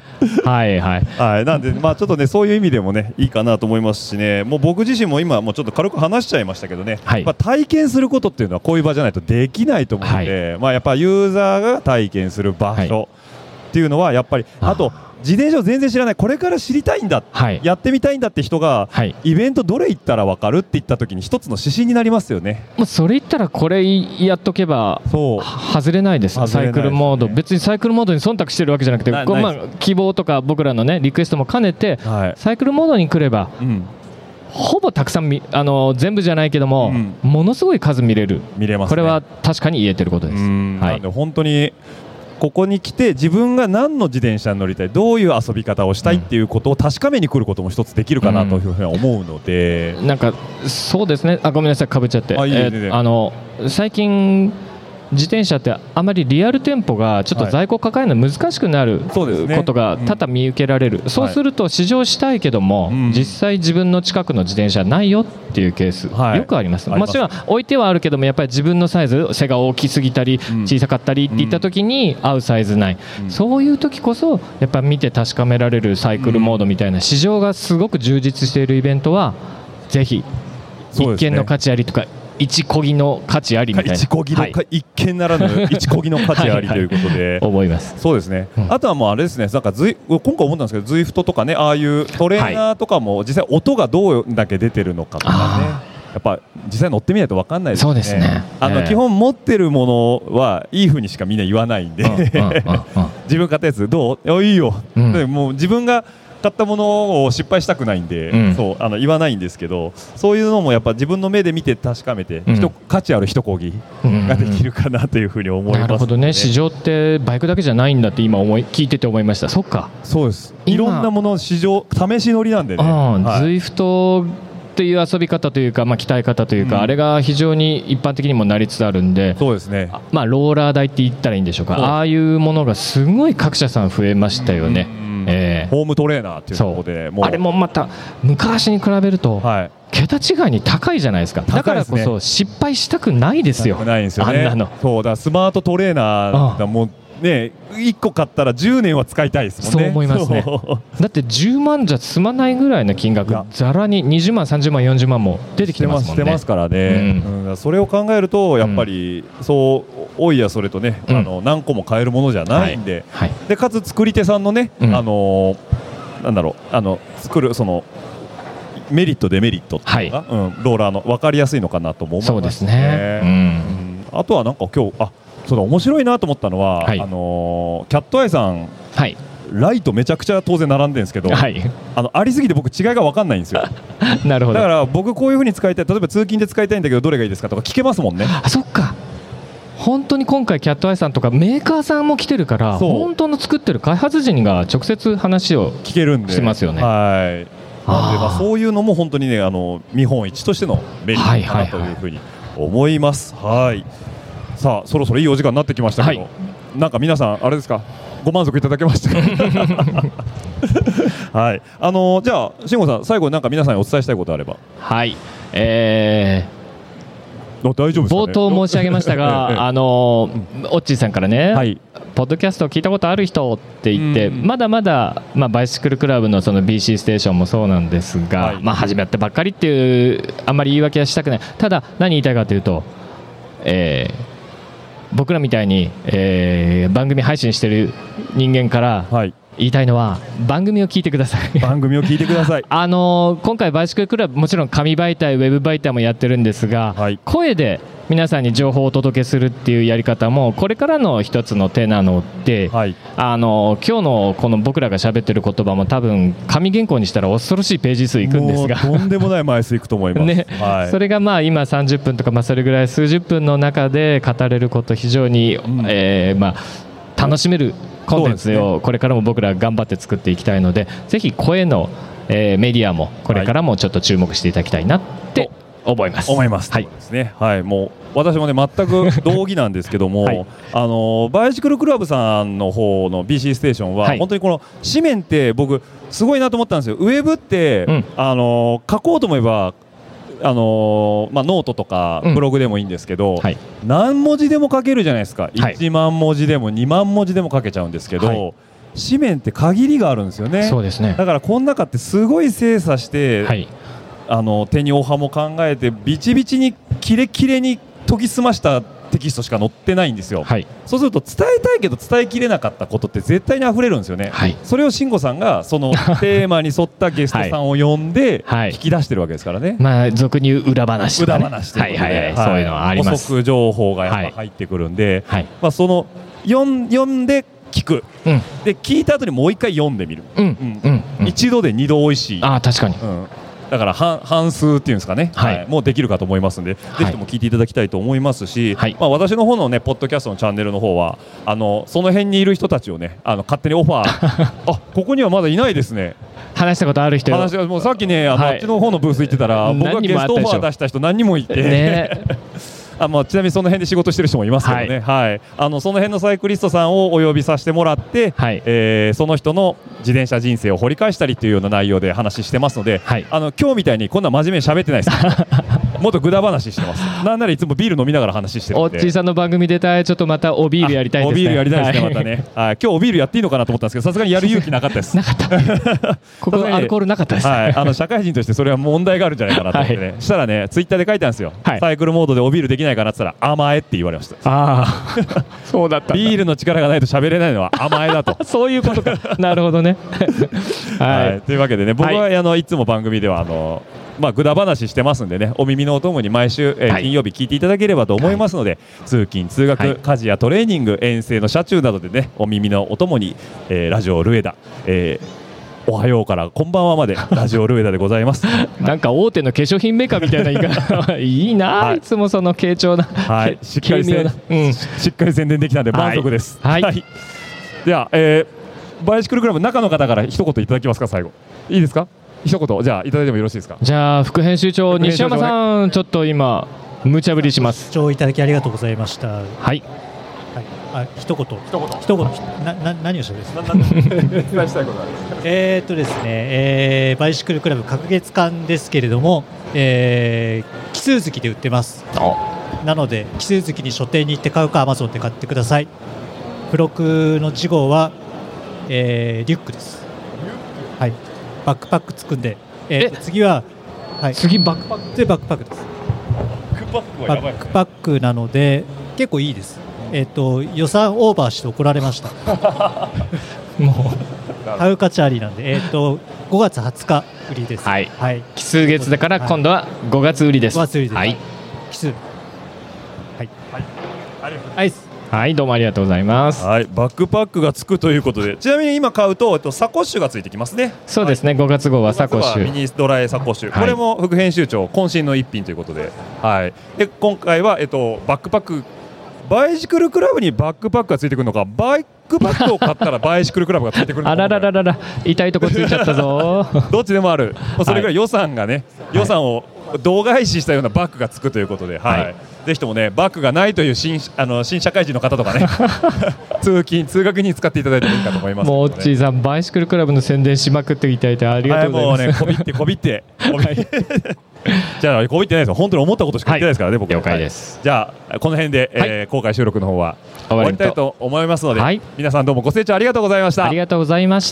なんでまあちょっとね、そういう意味でもねいいかなと思いますしね。もう僕自身も今もうちょっと軽く話しちゃいましたけどね、体験することっていうのはこういう場じゃないとできないと思うので、まあやっぱユーザーが体験する場所っていうのはやっぱり、あと自転車を全然知らない、これから知りたいんだ、やってみたいんだって人が、イベントどれ行ったら分かるって言った時に一つの指針になりますよね。 もうそれ言ったらこれやっとけば外れないです。サイクルモード、別にサイクルモードに忖度してるわけじゃなくて、希望とか僕らのねリクエストも兼ねて、サイクルモードに来れば、ほぼたくさん全部じゃないけども、ものすごい数見れますね。これは確かに言えてることです。 本当にここに来て自分が何の自転車に乗りたい、どういう遊び方をしたいっていうことを確かめに来ることも一つできるかなというふうに思うので、 なんかそうですね。ごめんなさい、かぶっちゃって。最近自転車ってあまりリアル店舗がちょっと在庫抱えるの難しくなるそうですねことが多々見受けられる、そうすると試乗したいけども、実際自分の近くの自転車ないよっていうケース、よくあります。もちろん置いてはあるけども、やっぱり自分のサイズ、背が大きすぎたり小さかったりっていった時に合うサイズない、そういう時こそやっぱ見て確かめられるサイクルモードみたいな市場がすごく充実しているイベントはぜひ一見の価値ありとか一こぎの価値ありみたいな、 一こぎの、一見ならぬ一こぎの価値ありということで思います。 そうですね、あとはもうあれですね、なんか今回思ったんですけど、ZWIFTとかね、ああいうトレーナーとかも実際音がどうだけ出てるのかとかね、やっぱ実際乗ってみないと分かんないですね。 そうですね、 基本持ってるものはいい風にしかみんな言わないんで自分買ったやつどう？いいよ、でもう自分が買ったものを失敗したくないんで、そう言わないんですけど、そういうのもやっぱ自分の目で見て確かめて、価値ある一こぎができるかなというふうに思います、ね。 なるほどね、市場ってバイクだけじゃないんだって今聞いてて思いました。そっか、 そうです。いろんなもの市場試し乗りなんでね。 ZWIFTっていう遊び方というか、鍛え方というか、あれが非常に一般的にもなりつつあるんで、 そうですね、 ローラー台って言ったらいいんでしょうか、ああいうものがすごい各社さん増えましたよね。 ホームトレーナーっていうところであれもまた昔に比べると桁違いに高いじゃないですか。だからこそ失敗したくないですよ。 ないんですよね。 あんなの。 そうだ、スマートトレーナーだもうね、1個買ったら10年は使いたいですもんね。 そう思いますね。だって10万じゃ済まないぐらいの金額、ざらに20万30万40万も出てきてますもんね。 してますからね、それを考えるとやっぱりそう多いやそれとね、何個も買えるものじゃないんで、でかつ作り手さんのね、なんだろう、作るそのメリットデメリットっていうのが、ローラーの分かりやすいのかなとも思いますね。 そうですね。 あとはなんか今日そうだ、面白いなと思ったのは、キャットアイさん、ライトめちゃくちゃ当然並んでるんですけど、ありすぎて僕違いが分かんないんですよ。 なるほど。 だから僕こういう風に使いたい、例えば通勤で使いたいんだけどどれがいいですかとか聞けますもんね。 そっか、本当に今回キャットアイさんとかメーカーさんも来てるから、本当の作ってる開発陣が直接話を聞けるんでしてますよね。 なのでそういうのも本当にね、見本市としてのメリットかなという風に思います。さあそろそろいいお時間になってきましたけど、なんか皆さんあれですか、ご満足いただけましたか？はい、じゃあ慎吾さん、最後になんか皆さんにお伝えしたいことあれば。 はい、 大丈夫ですかね。 冒頭申し上げましたがオッチーさんからね、ポッドキャストを聞いたことある人って言って、まだまだ、バイシクルクラブのその BC ステーションもそうなんですが、始まってばっかりっていうあんまり言い訳はしたくない。ただ何言いたいかというと、僕らみたいに、番組配信してる人間から言いたいのは、番組を聞いてください。 番組を聞いてください。 今回バイシクルクラブもちろん紙媒体ウェブ媒体もやってるんですが、声で皆さんに情報をお届けするっていうやり方もこれからの一つの手なので、今日のこの僕らが喋ってる言葉も多分紙原稿にしたら恐ろしいページ数いくんですが、 とんでもない枚数いくと思います。 それが今30分とかそれぐらい数十分の中で語れること、非常に、楽しめるコンテンツをこれからも僕ら頑張って作っていきたいので、ぜひ声の、メディアもこれからもちょっと注目していただきたいなって思います。 はいですね。もう私もね全く同義なんですけども、バイシクルクラブさんの方の BC ステーションは、本当にこの紙面って僕すごいなと思ったんですよ。ウェブって、書こうと思えばノートとかブログでもいいんですけど、何文字でも書けるじゃないですか。1万文字でも2万文字でも書けちゃうんですけど、紙面って限りがあるんですよね。 そうですね。 だからこの中ってすごい精査して、手におはも考えてビチビチにキレキレに研ぎ澄ましたテキストしか載ってないんですよ。そうすると伝えたいけど伝えきれなかったことって絶対にあふれるんですよね。それを慎吾さんがそのテーマに沿ったゲストさんを呼んで引き出してるわけですからね。 俗に言う裏話とかね、そういうのはあります。 補足情報がやっぱ入ってくるんで、その読んで聞く、で聞いた後にもう一回読んでみる、一度で二度おいしい。 確かに、 だから半数っていうんですかね、もうできるかと思いますので、ぜひとも聞いていただきたいと思いますし、私の方のねポッドキャストのチャンネルの方はその辺にいる人たちをね勝手にオファーここにはまだいないですね。 話したことある人、 もうさっきねあっちの方のブース行ってたら僕がゲストオファー出した人何人もいて、 もうちなみにその辺で仕事してる人もいますけどね、はい、その辺のサイクリストさんをお呼びさせてもらって、はい、その人の自転車人生を掘り返したりというような内容で話してますので、はい、今日みたいにこんな真面目に喋ってないですもっとぐだ話してます。なんならいつもビール飲みながら話してるんで。 おっちーさんの番組出たい。ちょっとまたおビールやりたいですね。 おビールやりたいですね、はい、またね、はい、今日おビールやっていいのかなと思ったんですけど、さすがにやる勇気なかったですなかったここアルコールなかったです、 はい、社会人としてそれは問題があるんじゃないかなと思ってね、はい、したらねツイッターで書いたんですよ、はい、サイクルモードでおビールできないかなって言ったら甘えって言われました。 そうだった。 ビールの力がないと喋れないのは甘えだとそういうことかなるほどねはい、というわけでね、僕は、はい、いつも番組ではぐだ話してますんでね、お耳のお供に毎週、金曜日聞いていただければと思いますので、はい、通勤通学、はい、家事やトレーニング、遠征の車中などでね、お耳のお供に、ラジオルエダ、おはようからこんばんはまでラジオルエダでございますなんか大手の化粧品メーカーみたいな言い方いいな、はい、いつもその軽調な、 はい、しっかり宣伝できたんで満足です、 はいはい、 では、バイシクルクラブ中の方から一言いただけますか。最後いいですか、一言じゃあいただいてもよろしいですか。 じゃあ副編集長西山さん、ちょっと今無茶ぶりします。 視聴いただきありがとうございました。 はい、 はい、一言何をしたんですか伝えしたいことありますですね、バイシクルクラブ隔月間ですけれども、奇数月で売ってます。なので奇数月に書店に行って買うか Amazon で買ってください。付録の次号は、リュックです。はい、バックパックつくんで、次は、はい、 次バックパックでバックパックです。バックパックなので結構いいです。予算オーバーして怒られましたもう買う価値ありなんで、5月20日売りです。 はい、はい、奇数月だから今度は5月売りです。 5月売りです。 はい、 奇数、はい、 はい、ありがとうございます。 はい、どうもありがとうございます。 はい、バックパックがつくということで、ちなみに今買うとサコッシュがついてきますね。 そうですね、5月号はサコッシュ、 ミニドライサコッシュ、はい、これも副編集長渾身の一品ということで、はい、で今回は、バックパック、バイシクルクラブにバックパックがついてくるのか、バックパックを買ったらバイシクルクラブがついてくるのかあららららら、痛いとこついちゃったぞどっちでもある、それぐらい予算がね、予算を度外視したようなバッグがつくということで、はいはい、ぜひともねバッグがないという新社会人の方とかね通勤通学に使っていただいてもいいかと思います、ね、 もうオッチーさんバイシクルクラブの宣伝しまくっていただいてありがとうございます、 はい、もうねこびってじゃあこびってないですよ、本当に思ったことしか言ってないですからね、僕了解です、 はい、じゃあこの辺で、公開収録の方は終わりたいと思いますので、はい、皆さんどうもご清聴ありがとうございました。 ありがとうございました。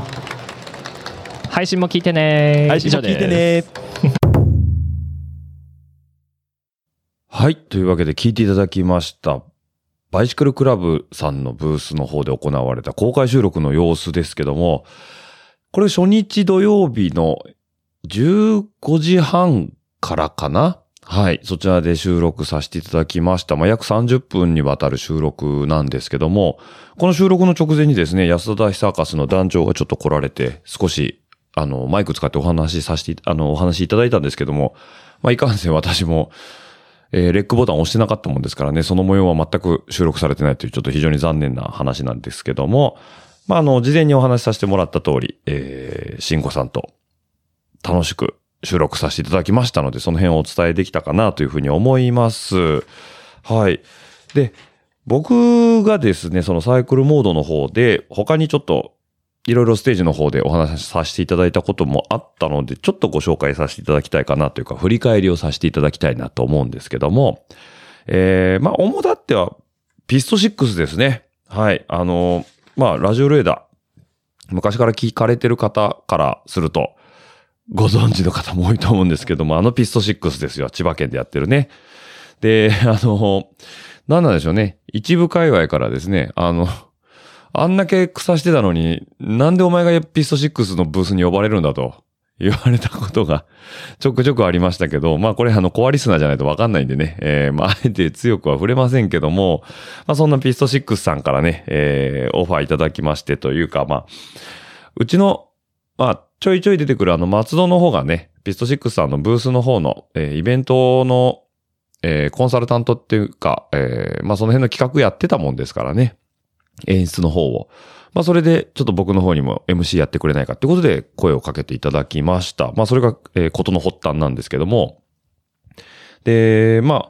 配信も聞いてね。 配信も聞いてね。 はい。というわけで聞いていただきました。バイシクルクラブさんのブースの方で行われた公開収録の様子ですけども、これ初日土曜日の15時半からかな？はい。そちらで収録させていただきました。約30分にわたる収録なんですけども、この収録の直前にですね、安田大サーカスの団長がちょっと来られて、少し、マイク使ってお話しいただいたんですけども、いかんせん私も、レックボタンを押してなかったもんですからね、その模様は全く収録されてないというちょっと非常に残念な話なんですけども、事前にお話しさせてもらった通り、慎吾さんと楽しく収録させていただきましたので、その辺をお伝えできたかなというふうに思います。はい。で、僕がですね、そのサイクルモードの方で、他にちょっといろいろステージの方でお話しさせていただいたこともあったので、ちょっとご紹介させていただきたいかなというか、振り返りをさせていただきたいなと思うんですけども、主だっては、ピスト6ですね。はい。ラジオレーダー、昔から聞かれてる方からすると、ご存知の方も多いと思うんですけども、ピスト6ですよ。千葉県でやってるね。で、なんなんでしょうね。一部界隈からですね、あんだけ草してたのに、なんでお前がピスト6のブースに呼ばれるんだと言われたことがちょくちょくありましたけど、これコアリスナーじゃないとわかんないんでね、あえて強くは触れませんけども、そんなピスト6さんからね、オファーいただきましてというか、うちの、ちょいちょい出てくる松戸の方がね、ピスト6さんのブースの方の、イベントの、コンサルタントっていうか、その辺の企画やってたもんですからね。演出の方を。それで、ちょっと僕の方にも MC やってくれないかってことで声をかけていただきました。それが、ことの発端なんですけども。で、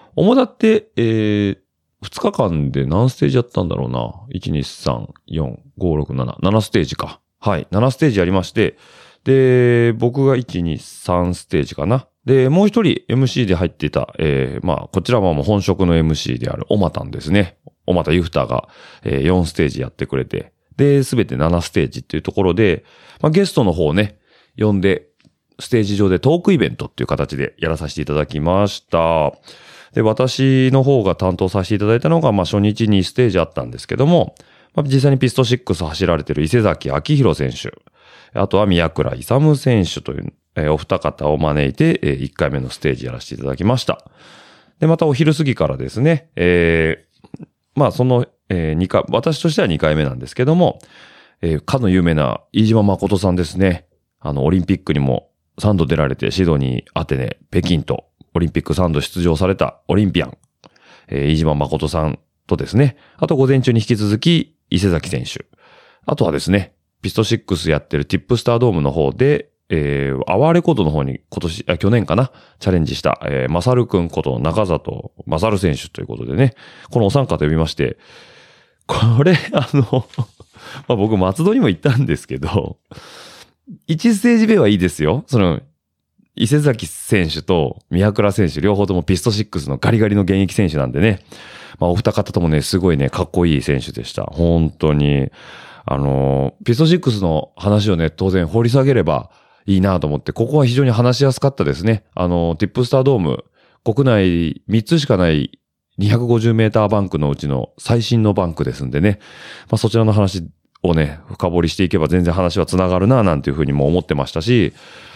主だって、2日間で何ステージやったんだろうな。1、2、3、4、5、6、7。7ステージか。はい。7ステージやりまして、で、僕が1、2、3ステージかな。で、もう一人 MC で入っていた、こちらはもう本職の MC であるおまたんですね。おまたゆふたが、4ステージやってくれて、で、すべて7ステージっていうところで、ゲストの方をね、呼んで、ステージ上でトークイベントっていう形でやらさせていただきました。で、私の方が担当させていただいたのが、初日にステージあったんですけども、実際にピスト6走られている伊勢崎明宏選手、あとは宮倉勇選手という、お二方を招いて、1回目のステージやらせていただきました。で、またお昼過ぎからですね、その、私としては2回目なんですけども、かの有名な飯島誠さんですね。オリンピックにも3度出られて、シドニー、アテネ、北京と、オリンピック3度出場されたオリンピアン、飯島誠さんとですね、あと午前中に引き続き、伊勢崎選手。あとはですね、ピスト6やってるティップスタードームの方で、アワーレコードの方に去年かな、チャレンジした、マサルくんこと中里マサル選手ということでね、このお三方呼びまして、これ、僕松戸にも行ったんですけど、1ステージ目はいいですよ。伊勢崎選手と宮倉選手、両方ともピスト6のガリガリの現役選手なんでね。お二方ともね、すごいね、かっこいい選手でした。本当に。ピスト6の話をね、当然掘り下げればいいなと思って、ここは非常に話しやすかったですね。ティップスタードーム、国内3つしかない250メーターバンクのうちの最新のバンクですんでね。そちらの話をね、深掘りしていけば全然話は繋がるな、なんていうふうにも思ってましたし、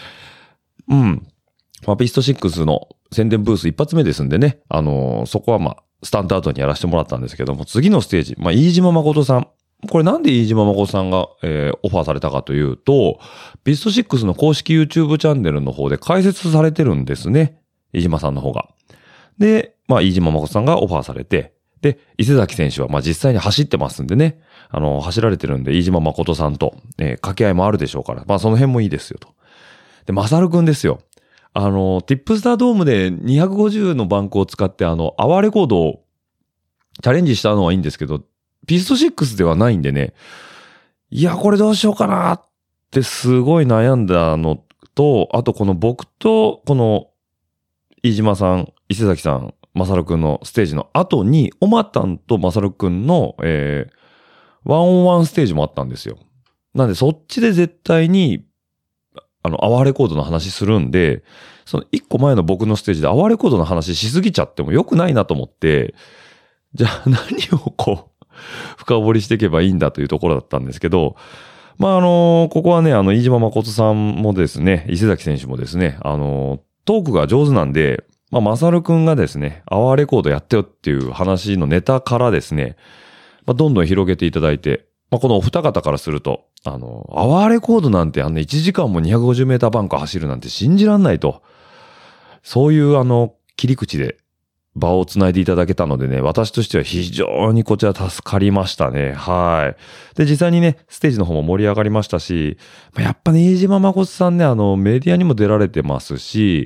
ピスト6の宣伝ブース一発目ですんでね、そこはスタンドアウトにやらせてもらったんですけども、次のステージ、飯島誠さん。これなんで飯島誠さんが、オファーされたかというと、ピスト6の公式 YouTube チャンネルの方で解説されてるんですね。飯島さんの方が。で、飯島誠さんがオファーされて、で、伊勢崎選手は実際に走ってますんでね、走られてるんで、飯島誠さんと、掛け合いもあるでしょうから、その辺もいいですよと。で、マサルくんですよ。ティップスタードームで250のバンクを使って、アワーレコードをチャレンジしたのはいいんですけど、ピスト6ではないんでね、いや、これどうしようかなってすごい悩んだのと、あとこの僕と、この、飯島さん、伊勢崎さん、マサルくんのステージの後に、おまたんとマサルくんの、ワンオンワンステージもあったんですよ。なんでそっちで絶対に、アワーレコードの話するんで、その一個前の僕のステージでアワーレコードの話しすぎちゃっても良くないなと思って、じゃあ何を深掘りしていけばいいんだというところだったんですけど、ここはね、飯島誠さんもですね、伊勢崎選手もですね、トークが上手なんで、マサルくんがですね、アワーレコードやってよっていう話のネタからですね、どんどん広げていただいて、このお二方からすると、アワーレコードなんて1時間も250メーターバンク走るなんて信じらんないと。そういう切り口で場を繋いでいただけたのでね、私としては非常にこちら助かりましたね。はい。で、実際にね、ステージの方も盛り上がりましたし、やっぱね、飯島誠さんね、メディアにも出られてますし、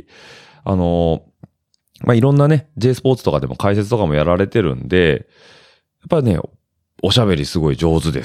いろんなね、J スポーツとかでも解説とかもやられてるんで、やっぱりね、おしゃべりすごい上手です。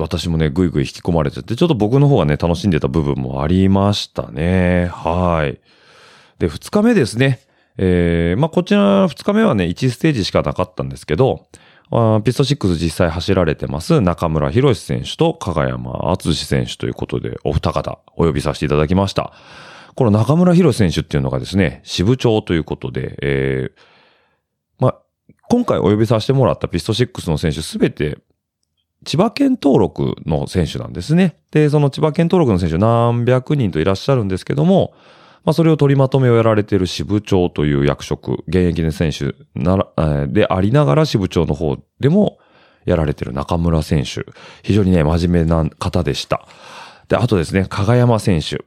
私もね、ぐいぐい引き込まれちゃって、ちょっと僕の方がね、楽しんでた部分もありましたね。はい。で、2日目ですね。こちら2日目はね、1ステージしかなかったんですけど、ピスト6実際走られてます中村博選手と加賀山敦選手ということで、お二方お呼びさせていただきました。この中村博選手っていうのがですね、支部長ということで、今回お呼びさせてもらったピスト6の選手すべて千葉県登録の選手なんですね。で、その千葉県登録の選手何百人といらっしゃるんですけども、それを取りまとめをやられている支部長という役職、現役の選手でありながら支部長の方でもやられている中村選手。非常にね、真面目な方でした。で、あとですね、加賀山選手。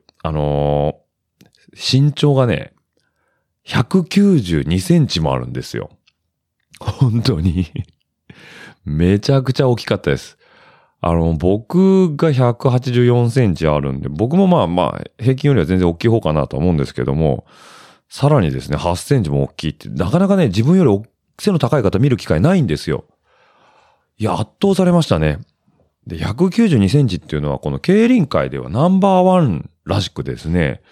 身長がね、192センチもあるんですよ。本当に。めちゃくちゃ大きかったです。僕が184センチあるんで、僕も平均よりは全然大きい方かなと思うんですけども、 さらにですね、8センチも大きいって、なかなかね、自分より背の高い方見る機会ないんですよ。いや、圧倒されましたね。で、192センチっていうのは、この競輪界ではナンバーワンらしくですね、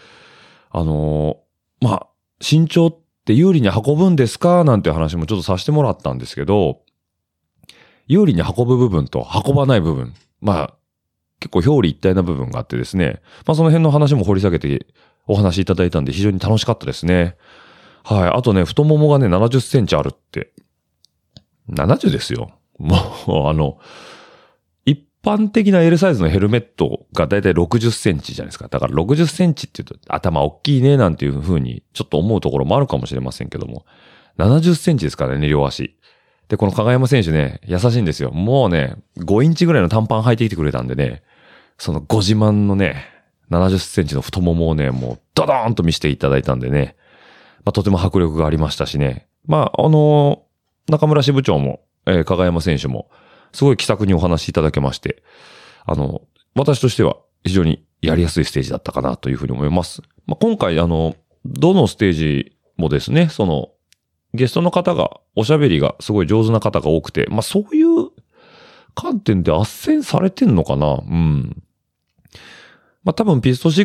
身長って有利に運ぶんですかなんて話もちょっとさせてもらったんですけど、有利に運ぶ部分と運ばない部分、結構表裏一体な部分があってですね、その辺の話も掘り下げてお話いただいたんで非常に楽しかったですね。はい。あとね、太ももがね、70センチあるって。70ですよ。もう一般的な L サイズのヘルメットがだいたい60センチじゃないですか。だから60センチって言うと頭大きいねなんていう風にちょっと思うところもあるかもしれませんけども、70センチですからね、両足。で、この加賀山選手ね、優しいんですよ。もうね、5インチぐらいの短パン履いてきてくれたんでね、そのご自慢のね、70センチの太ももをね、もうドドーンと見せていただいたんでね、とても迫力がありましたしね。中村支部長も、加賀山選手も、すごい気さくにお話しいただけまして、私としては非常にやりやすいステージだったかなというふうに思います。今回、どのステージもですね、ゲストの方が、おしゃべりがすごい上手な方が多くて、そういう観点で斡旋されてんのかな。うん。多分ピスト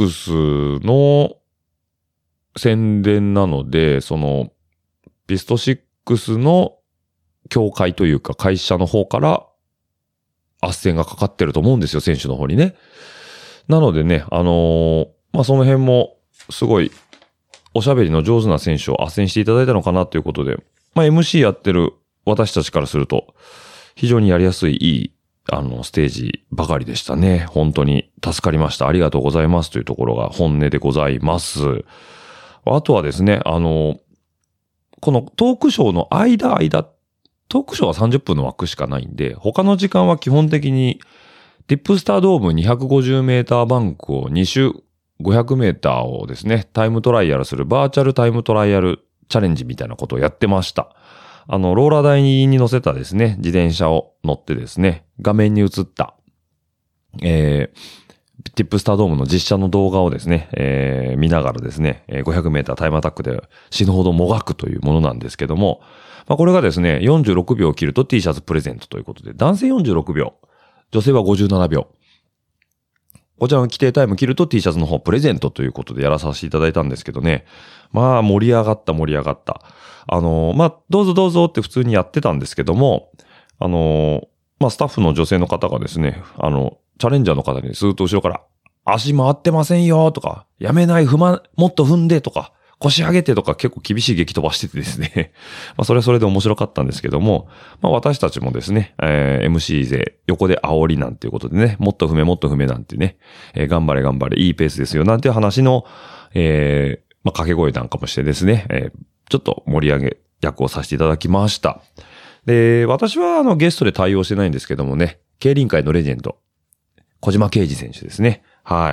6の宣伝なので、ピスト6の協会というか会社の方から斡旋がかかってると思うんですよ、選手の方にね。なのでね、その辺もすごいおしゃべりの上手な選手を斡旋していただいたのかなということで、MC やってる私たちからすると非常にやりやすいいいステージばかりでしたね。本当に助かりました。ありがとうございますというところが本音でございます。あとはですね、このトークショーの間、トークショーは30分の枠しかないんで、他の時間は基本的にディップスタードーム250メーターバンクを2周500メーターをですね、タイムトライアルするバーチャルタイムトライアルチャレンジみたいなことをやってました。ローラー台に乗せたですね、自転車を乗ってですね、画面に映った、ディップスタードームの実写の動画をですね、見ながらですね、500メータータイムアタックで死ぬほどもがくというものなんですけども、これがですね、46秒を切ると T シャツプレゼントということで、男性46秒、女性は57秒。こちらの規定タイム切ると T シャツの方プレゼントということでやらさせていただいたんですけどね。盛り上がった。どうぞどうぞって普通にやってたんですけども、スタッフの女性の方がですね、チャレンジャーの方にスーッと後ろから、足回ってませんよとか、やめない、もっと踏んでとか、腰上げてとか結構厳しい激飛ばしててですね。それはそれで面白かったんですけども、私たちもですね、MC 勢横で煽りなんていうことでね、もっと踏めなんてね、頑張れ、いいペースですよなんていう話の、掛け声なんかもしてですね、ちょっと盛り上げ役をさせていただきました。で、私はゲストで対応してないんですけどもね、競輪界のレジェンド、小島啓二選手ですね。はい。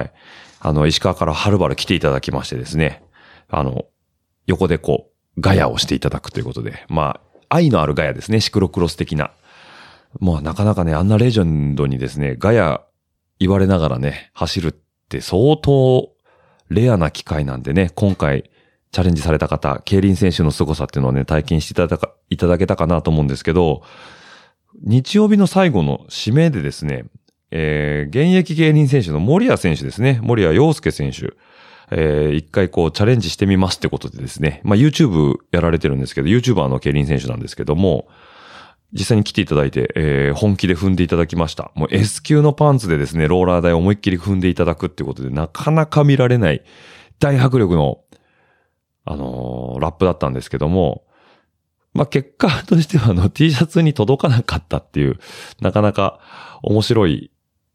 石川からはるばる来ていただきましてですね、横でガヤをしていただくということで、愛のあるガヤですね、シクロクロス的な。なかなかね、あんなレジェンドにですね、ガヤ言われながらね、走るって相当レアな機会なんでね、今回チャレンジされた方、競輪選手の凄さっていうのをね、体験していただけたかなと思うんですけど、日曜日の最後の締めでですね、現役競輪選手の森谷選手ですね、森谷陽介選手、一回チャレンジしてみますってことでですね、YouTube やられてるんですけど、YouTuber の競輪選手なんですけども、実際に来ていただいて、本気で踏んでいただきました。もう S 級のパンツでですね、ローラー台を思いっきり踏んでいただくってことで、なかなか見られない大迫力の、ラップだったんですけども、結果としてはT シャツに届かなかったっていう、なかなか面白い、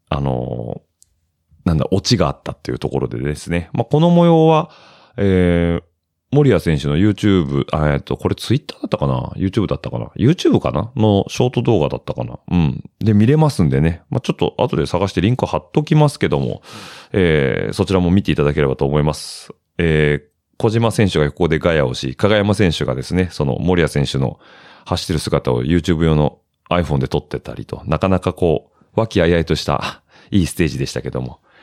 オチがあったっていうところでですね。この模様は、森谷選手の YouTube、これ Twitter だったかな ?YouTube だったかな ?YouTube かなのショート動画だったかなうん。で、見れますんでね。ちょっと後で探してリンク貼っときますけども、そちらも見ていただければと思います。小島選手が横でガヤをし、加賀山選手がですね、その森谷選手の走ってる姿を YouTube 用の iPhone で撮ってたりと、なかなか和気あいあいとしたいいステージでしたけども、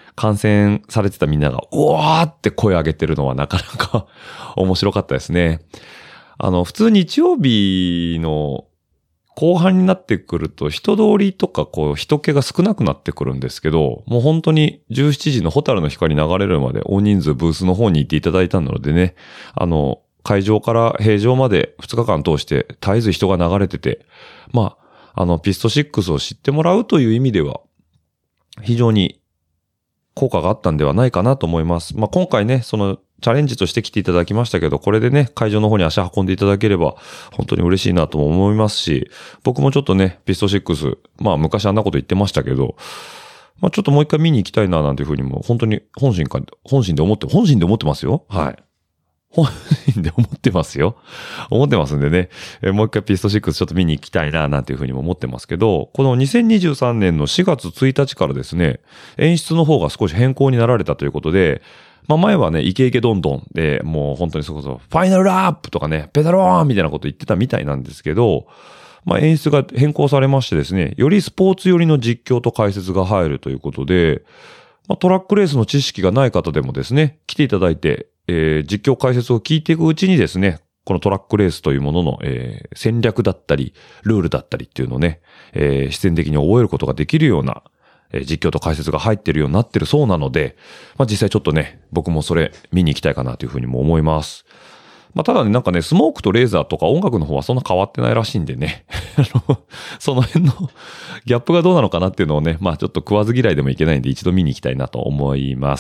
観戦されてたみんなが、うわーって声上げてるのはなかなか面白かったですね。普通日曜日の後半になってくると人通りとか人気が少なくなってくるんですけど、もう本当に17時のホタルの光流れるまで大人数ブースの方に行っていただいたのでね、会場から平場まで2日間通して絶えず人が流れてて、まあ、ピスト6を知ってもらうという意味では非常に効果があったんではないかなと思います。まあ、今回ね、そのチャレンジとして来ていただきましたけど、これでね、会場の方に足運んでいただければ本当に嬉しいなとも思いますし、僕もちょっとね、ピスト6、まあ昔あんなこと言ってましたけど、まあちょっともう一回見に行きたいななんていうふうにも本当に本心で思ってますよ。はい。本心で思ってますよ。思ってますんでね、もう一回ピスト6ちょっと見に行きたいななんていうふうにも思ってますけど、この2023年の4月1日からですね、演出の方が少し変更になられたということで、まあ前はね、イケイケどんどんで、もう本当にそこそ、ファイナルラップとかね、ペダルオンみたいなこと言ってたみたいなんですけど、まあ演出が変更されましてですね、よりスポーツ寄りの実況と解説が入るということで、まあトラックレースの知識がない方でもですね、来ていただいて、実況解説を聞いていくうちにですね、このトラックレースというものの、戦略だったり、ルールだったりっていうのをね、必然的に覚えることができるような、実況と解説が入ってるようになってるそうなので、まあ実際ちょっとね、僕もそれ見に行きたいかなというふうにも思います。まあただね、なんかね、スモークとレーザーとか音楽の方はそんな変わってないらしいんでね、その辺のギャップがどうなのかなっていうのをね、まあちょっと食わず嫌いでもいけないんで一度見に行きたいなと思います。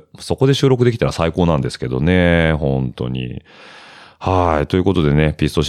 そこで収録できたら最高なんですけどね、本当に。はい。ということでね、ピスト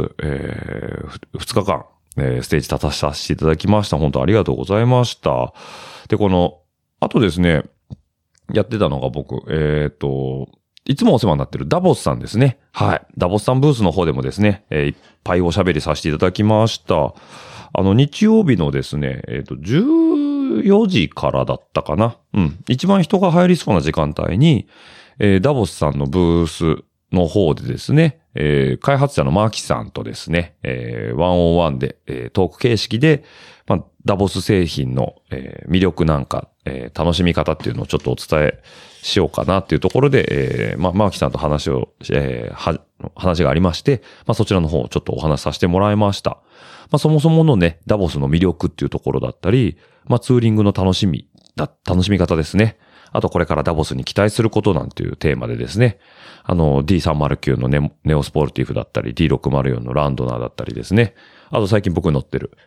6、2日間、ステージ立たさせていただきました。本当ありがとうございました。で、あとですね、やってたのが僕、いつもお世話になってるダボスさんですね。はい。ダボスさんブースの方でもですね、いっぱいおしゃべりさせていただきました。日曜日のですね、14時からだったかな。うん。一番人が入りそうな時間帯に、ダボスさんのブースの方でですね、開発者のマーキさんとですね、1on1 で、トーク形式で、まあ、ダボス製品の、魅力なんか、楽しみ方っていうのをちょっとお伝えしようかなっていうところで、まあ、マーキさんと話がありまして、まあ、そちらの方をちょっとお話しさせてもらいました。まあ、そもそものね、ダボスの魅力っていうところだったり、まあ、ツーリングの楽しみ方ですね。あとこれからダボスに期待することなんていうテーマでですね、D309 のネオスポルティフだったり、D604 のランドナーだったりですね。あと最近僕乗ってる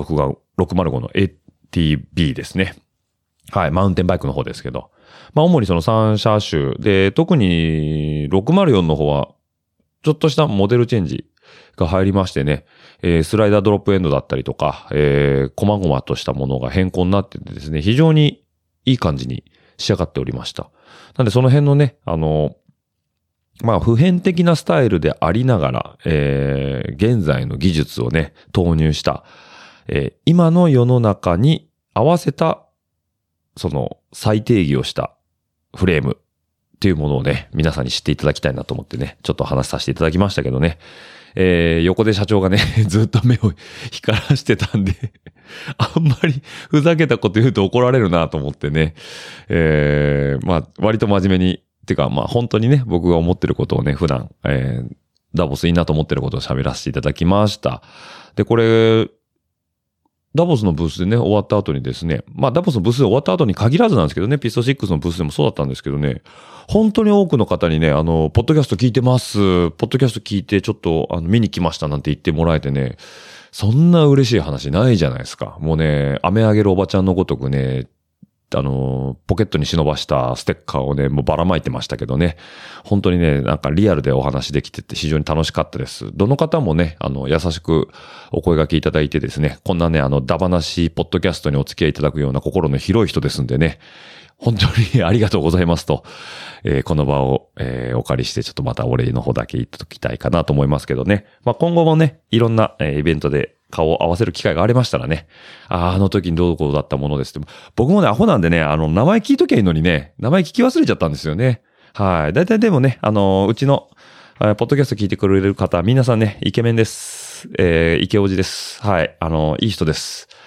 M605 の ATB ですね。はい、マウンテンバイクの方ですけど。まあ主にその3車種で、特に604の方は、ちょっとしたモデルチェンジが入りましてね、スライダードロップエンドだったりとか、細々としたものが変更になっててですね、非常にいい感じに仕上がっておりました。なんでその辺のね、まあ普遍的なスタイルでありながら、現在の技術をね、投入した、今の世の中に合わせた、その再定義をしたフレームっていうものをね、皆さんに知っていただきたいなと思ってね、ちょっと話させていただきましたけどね。横で社長がね、ずっと目を光らしてたんで、あんまりふざけたこと言うと怒られるなと思ってね、まあ割と真面目に、てかまあ本当にね、僕が思ってることをね、普段、ダボスいいなと思ってることを喋らせていただきました。で、これ、ダボスのブースでね、終わった後にですね、まあダボスのブースで終わった後に限らずなんですけどね、ピスト6のブースでもそうだったんですけどね、本当に多くの方にね、ポッドキャスト聞いてます、ポッドキャスト聞いてちょっと見に来ましたなんて言ってもらえてね、そんな嬉しい話ないじゃないですか。もうね、飴あげるおばちゃんのごとくね、ポケットに忍ばしたステッカーをね、もうばらまいてましたけどね。本当にね、なんかリアルでお話できてて非常に楽しかったです。どの方もね、優しくお声掛けいただいてですね、こんなね、ダバなしポッドキャストにお付き合いいただくような心の広い人ですんでね、本当にありがとうございますと、この場を、お借りしてちょっとまたお礼の方だけ言っときたいかなと思いますけどね。まあ、今後もね、いろんな、イベントで顔を合わせる機会がありましたらね、あの時にどうこうだったものですって。僕もね、アホなんでね、名前聞いときゃいいのにね、名前聞き忘れちゃったんですよね。はい。だいたいでもね、うちの、ポッドキャスト聞いてくれる方、皆さんね、イケメンです。イケオジです。はい。いい人です。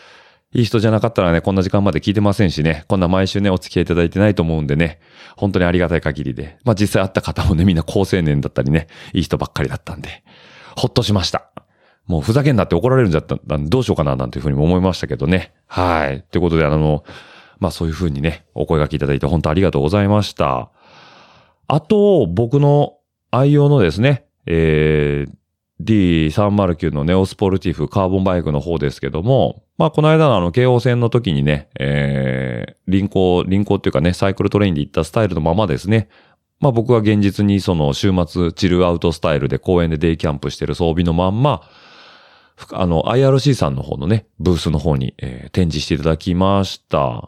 いい人じゃなかったらね、こんな時間まで聞いてませんしね、こんな毎週ね、お付き合いいただいてないと思うんでね、本当にありがたい限りで、まあ実際会った方もね、みんな高青年だったりね、いい人ばっかりだったんで、ほっとしました。もうふざけんなって怒られるんじゃったんでどうしようかななんていうふうにも思いましたけどね。はい。ということでまあそういうふうにね、お声掛けいただいて本当ありがとうございました。あと、僕の愛用のですね、D309 のネオスポルティフカーボンバイクの方ですけども、まあこの間の京王線の時にね、輪行っていうかね、サイクルトレインで行ったスタイルのままですね、まあ僕は現実にその週末チルアウトスタイルで公園でデイキャンプしてる装備のまんま、IRC さんの方のね、ブースの方に、展示していただきました。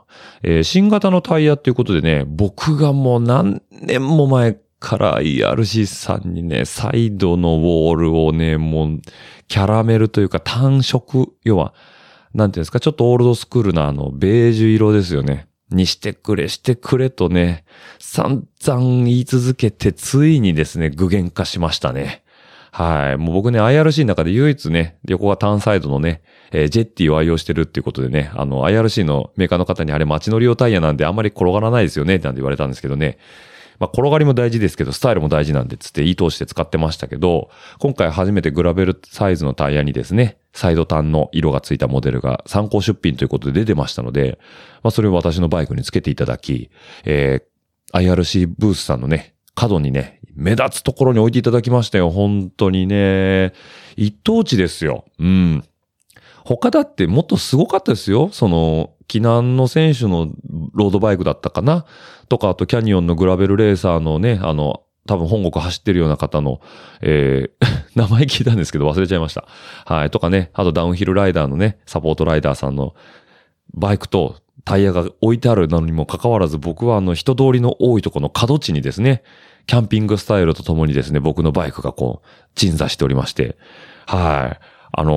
新型のタイヤっていうことでね、僕がもう何年も前から IRC さんにね、サイドのウォールをね、もうキャラメルというか単色、要は、なんていうんですか、ちょっとオールドスクールなベージュ色ですよね。にしてくれとね、散々言い続けて、ついにですね、具現化しましたね。はい。もう僕ね、IRC の中で唯一ね、横が単サイドのね、ジェッティを愛用してるっていうことでね、IRC のメーカーの方にあれ街乗り用タイヤなんであんまり転がらないですよね、なんて言われたんですけどね。まあ、転がりも大事ですけど、スタイルも大事なんでつって言い通して使ってましたけど、今回初めてグラベルサイズのタイヤにですね、サイド単の色がついたモデルが参考出品ということで出てましたので、まあ、それを私のバイクにつけていただき、IRC ブースさんのね、角にね、目立つところに置いていただきましたよ。本当にね、一等地ですよ。うん。他だってもっとすごかったですよ。キナンの選手のロードバイクだったかなとか、あとキャニオンのグラベルレーサーのね、多分本国走ってるような方の、名前聞いたんですけど忘れちゃいました。はい。とかね、あとダウンヒルライダーのね、サポートライダーさんのバイクとタイヤが置いてあるのにもかかわらず、僕は人通りの多いところの角地にですね、キャンピングスタイルとともにですね、僕のバイクがこう、鎮座しておりまして、はい。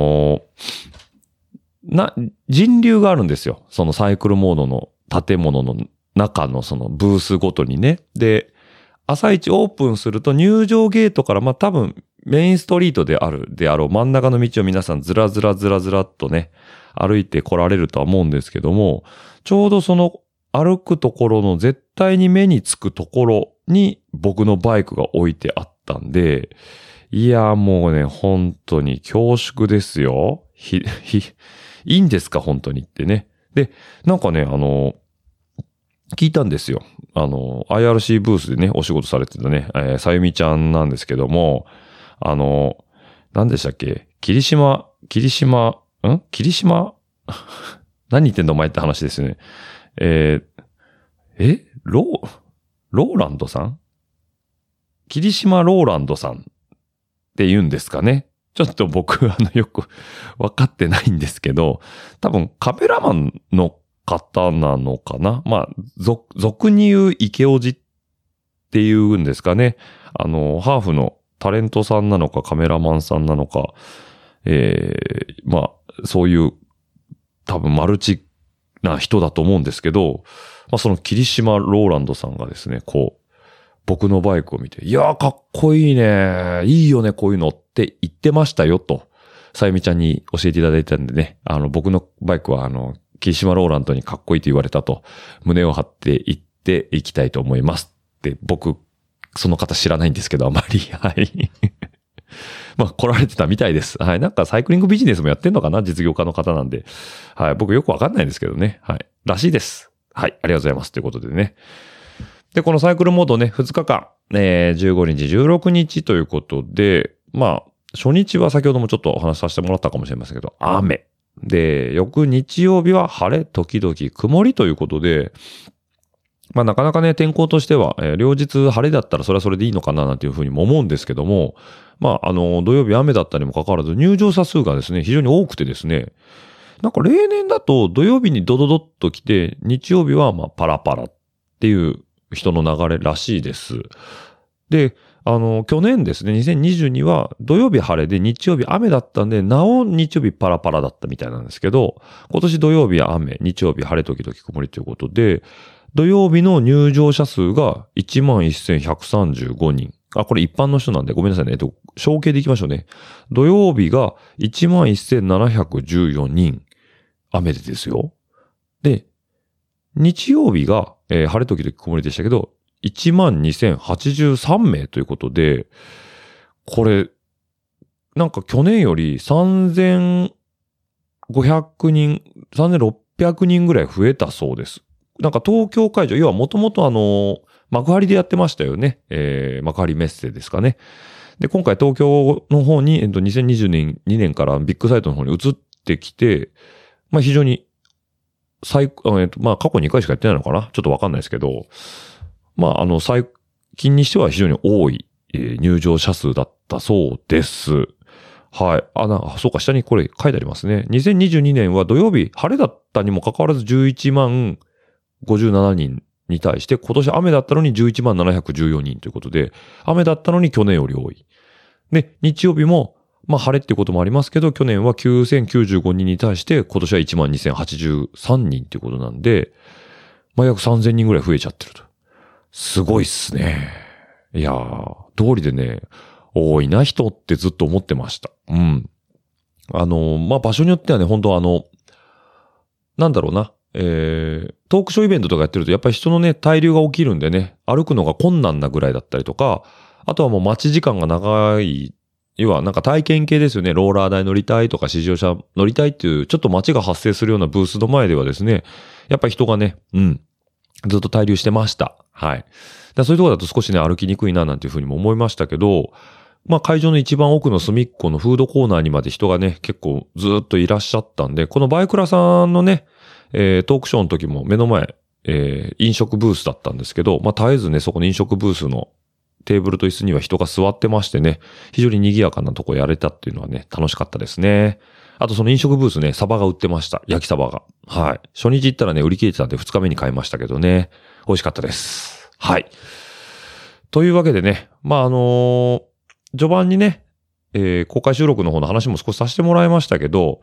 人流があるんですよ。そのサイクルモードの建物の中のそのブースごとにね。で、朝一オープンすると入場ゲートから、まあ多分メインストリートであろう真ん中の道を皆さんずらっとね、歩いて来られるとは思うんですけども、ちょうどその歩くところの絶対に目につくところに僕のバイクが置いてあったんで、いやもうね、本当に恐縮ですよ。いいんですか本当にってね。で、なんかね、聞いたんですよ。IRC ブースでね、お仕事されてたね、さゆみちゃんなんですけども、何でしたっけ霧島何言ってんのお前って話ですよね。ローランドさん霧島ローランドさんって言うんですかね。ちょっと僕よく分かってないんですけど、多分カメラマンの方なのかな。まあ、俗に言う池おじっていうんですかね。ハーフのタレントさんなのかカメラマンさんなのか、まあ、そういう多分マルチな人だと思うんですけど、まあその霧島ローランドさんがですね、こう、僕のバイクを見て、いやーかっこいいね、いいよね、こういうのって言ってましたよと、さゆみちゃんに教えていただいたんでね、僕のバイクは霧島ローランドにかっこいいと言われたと、胸を張って言っていきたいと思いますって、僕、その方知らないんですけど、あまり、はい。まあ来られてたみたいです。はい。なんかサイクリングビジネスもやってんのかな実業家の方なんで。はい。僕よくわかんないんですけどね。はい。らしいです。はい。ありがとうございます。ということでね。で、このサイクルモードね、2日間、15日、16日ということで、まあ、初日は先ほどもちょっとお話しさせてもらったかもしれませんけど、雨。で、翌日曜日は晴れ、時々曇りということで、まあなかなかね、天候としては、両日晴れだったらそれはそれでいいのかななんていうふうにも思うんですけども、まあ土曜日雨だったにもかかわらず入場者数がですね、非常に多くてですね、なんか例年だと土曜日にドドドッと来て、日曜日はまあパラパラっていう人の流れらしいです。で、去年ですね、2022は土曜日晴れで日曜日雨だったんで、なお日曜日パラパラだったみたいなんですけど、今年土曜日は雨、日曜日晴れ時々曇りということで、土曜日の入場者数が 11,135 人。これ一般の人なんでごめんなさいね。小計でいきましょうね。土曜日が 11,714 人。 雨でですよ。で、日曜日が、晴れ時々曇りでしたけど、12,083 名ということで、これ、なんか去年より3,500人、3,600人ぐらい増えたそうです。なんか東京会場、要はもともと幕張でやってましたよね。幕張メッセですかね。で、今回東京の方に、2022年からビッグサイトの方に移ってきて、まあ非常にまあ過去2回しかやってないのかなちょっとわかんないですけど、まあ最近にしては非常に多い、入場者数だったそうです。はい。そうか、下にこれ書いてありますね。2022年は土曜日晴れだったにもかかわらず11万57人に対して、今年雨だったのに11万714人ということで、雨だったのに去年より多い。で、日曜日も、まあ晴れっていうこともありますけど、去年は9095人に対して、今年は1万2083人ということなんで、まあ約3000人ぐらい増えちゃってると。すごいっすね。いやー、通りでね、多いな人ってずっと思ってました。うん。まあ、場所によってはね、本当なんだろうな、トークショーイベントとかやってると、やっぱり人のね、滞留が起きるんでね、歩くのが困難なぐらいだったりとか、あとはもう待ち時間が長い、要はなんか体験系ですよね、ローラー台乗りたいとか、試乗車乗りたいっていう、ちょっと待ちが発生するようなブースの前ではですね、やっぱり人がね、ずっと滞留してました。はい。そういうところだと少しね、歩きにくいななんていうふうにも思いましたけど、まあ会場の一番奥の隅っこのフードコーナーにまで人がね、結構ずっといらっしゃったんで、このバイクラさんのね、トークショーの時も目の前、飲食ブースだったんですけど、まあ絶えずね、そこの飲食ブースのテーブルと椅子には人が座ってましてね、非常に賑やかなとこやれたっていうのはね、楽しかったですね。あとその飲食ブースね、サバが売ってました。焼きサバが。はい。初日行ったらね、売り切れてたんで2日目に買いましたけどね、美味しかったです。はい。というわけでね、まあ序盤にね、公開収録の方の話も少しさせてもらいましたけど、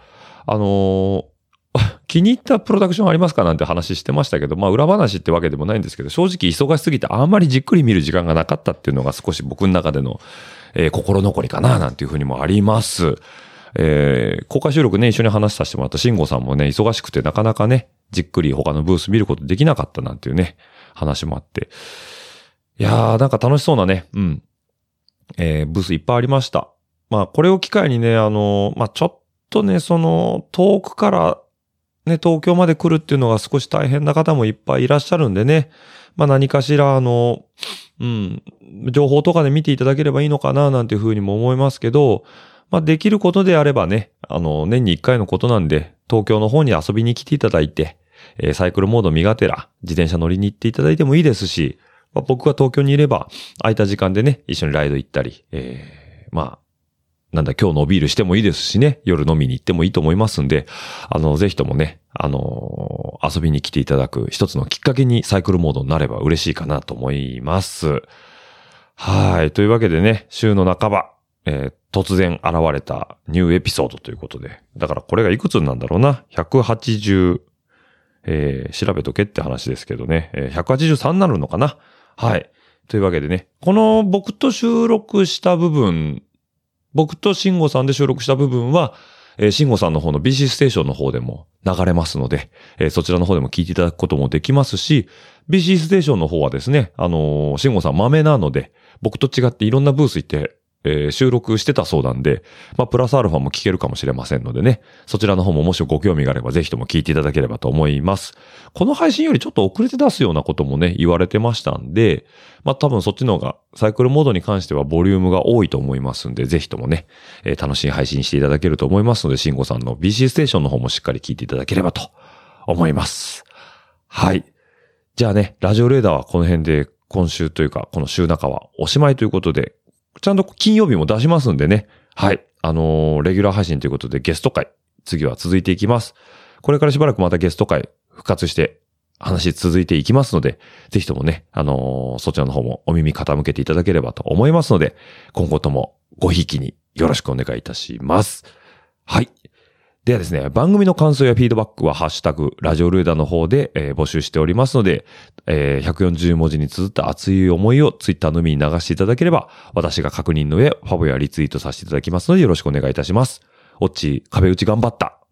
気に入ったプロダクションありますかなんて話してましたけど、まあ裏話ってわけでもないんですけど、正直忙しすぎてあんまりじっくり見る時間がなかったっていうのが少し僕の中での、心残りかななんていうふうにもあります。公開収録ね、一緒に話させてもらった慎吾さんもね、忙しくてなかなかね、じっくり他のブース見ることできなかったなんていうね、話もあって。いやー、なんか楽しそうなね、ブースいっぱいありました。まあ、これを機会にね、まあ、ちょっとね、遠くからね、東京まで来るっていうのが少し大変な方もいっぱいいらっしゃるんでね、まあ何かしら情報とかで見ていただければいいのかななんていうふうにも思いますけど、まあできることであればね、年に1回のことなんで、東京の方に遊びに来ていただいて、サイクルモード身がてら自転車乗りに行っていただいてもいいですし、まあ、僕が東京にいれば空いた時間でね、一緒にライド行ったり、まあ、今日のビールしてもいいですしね、夜飲みに行ってもいいと思いますんで、ぜひともね、遊びに来ていただく一つのきっかけにサイクルモードになれば嬉しいかなと思います。はい。というわけでね、週の半ば、突然現れたニューエピソードということで、だからこれがいくつなんだろうな、180、調べとけって話ですけどね、183になるのかな。はい。というわけでね、この僕と収録した部分、僕と慎吾さんで収録した部分は、慎吾さんの方の BC ステーションの方でも流れますので、そちらの方でも聞いていただくこともできますし、BC ステーションの方はですね、慎吾さん豆なので、僕と違っていろんなブース行って、収録してたそうなんで、まあ、プラスアルファも聞けるかもしれませんのでね、そちらの方ももしご興味があればぜひとも聞いていただければと思います。この配信よりちょっと遅れて出すようなこともね、言われてましたんで、まあ、多分そっちの方が、サイクルモードに関してはボリュームが多いと思いますんで、ぜひともね、楽しい配信していただけると思いますので、慎吾さんの BC ステーションの方もしっかり聞いていただければと思います。はい。じゃあね、ラジオレーダーはこの辺で今週というか、この週中はおしまいということで、ちゃんと金曜日も出しますんでね。はい。レギュラー配信ということでゲスト会、次は続いていきます。これからしばらくまたゲスト会復活して話続いていきますので、ぜひともね、そちらの方もお耳傾けていただければと思いますので、今後ともごひいきによろしくお願いいたします。はい。ではですね、番組の感想やフィードバックはハッシュタグラジオルーダーの方で、募集しておりますので、140文字に綴った熱い思いをツイッターの海に流していただければ、私が確認の上、ファボやリツイートさせていただきますのでよろしくお願いいたします。オッチ、壁打ち頑張った。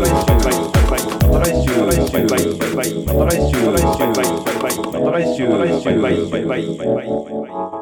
来週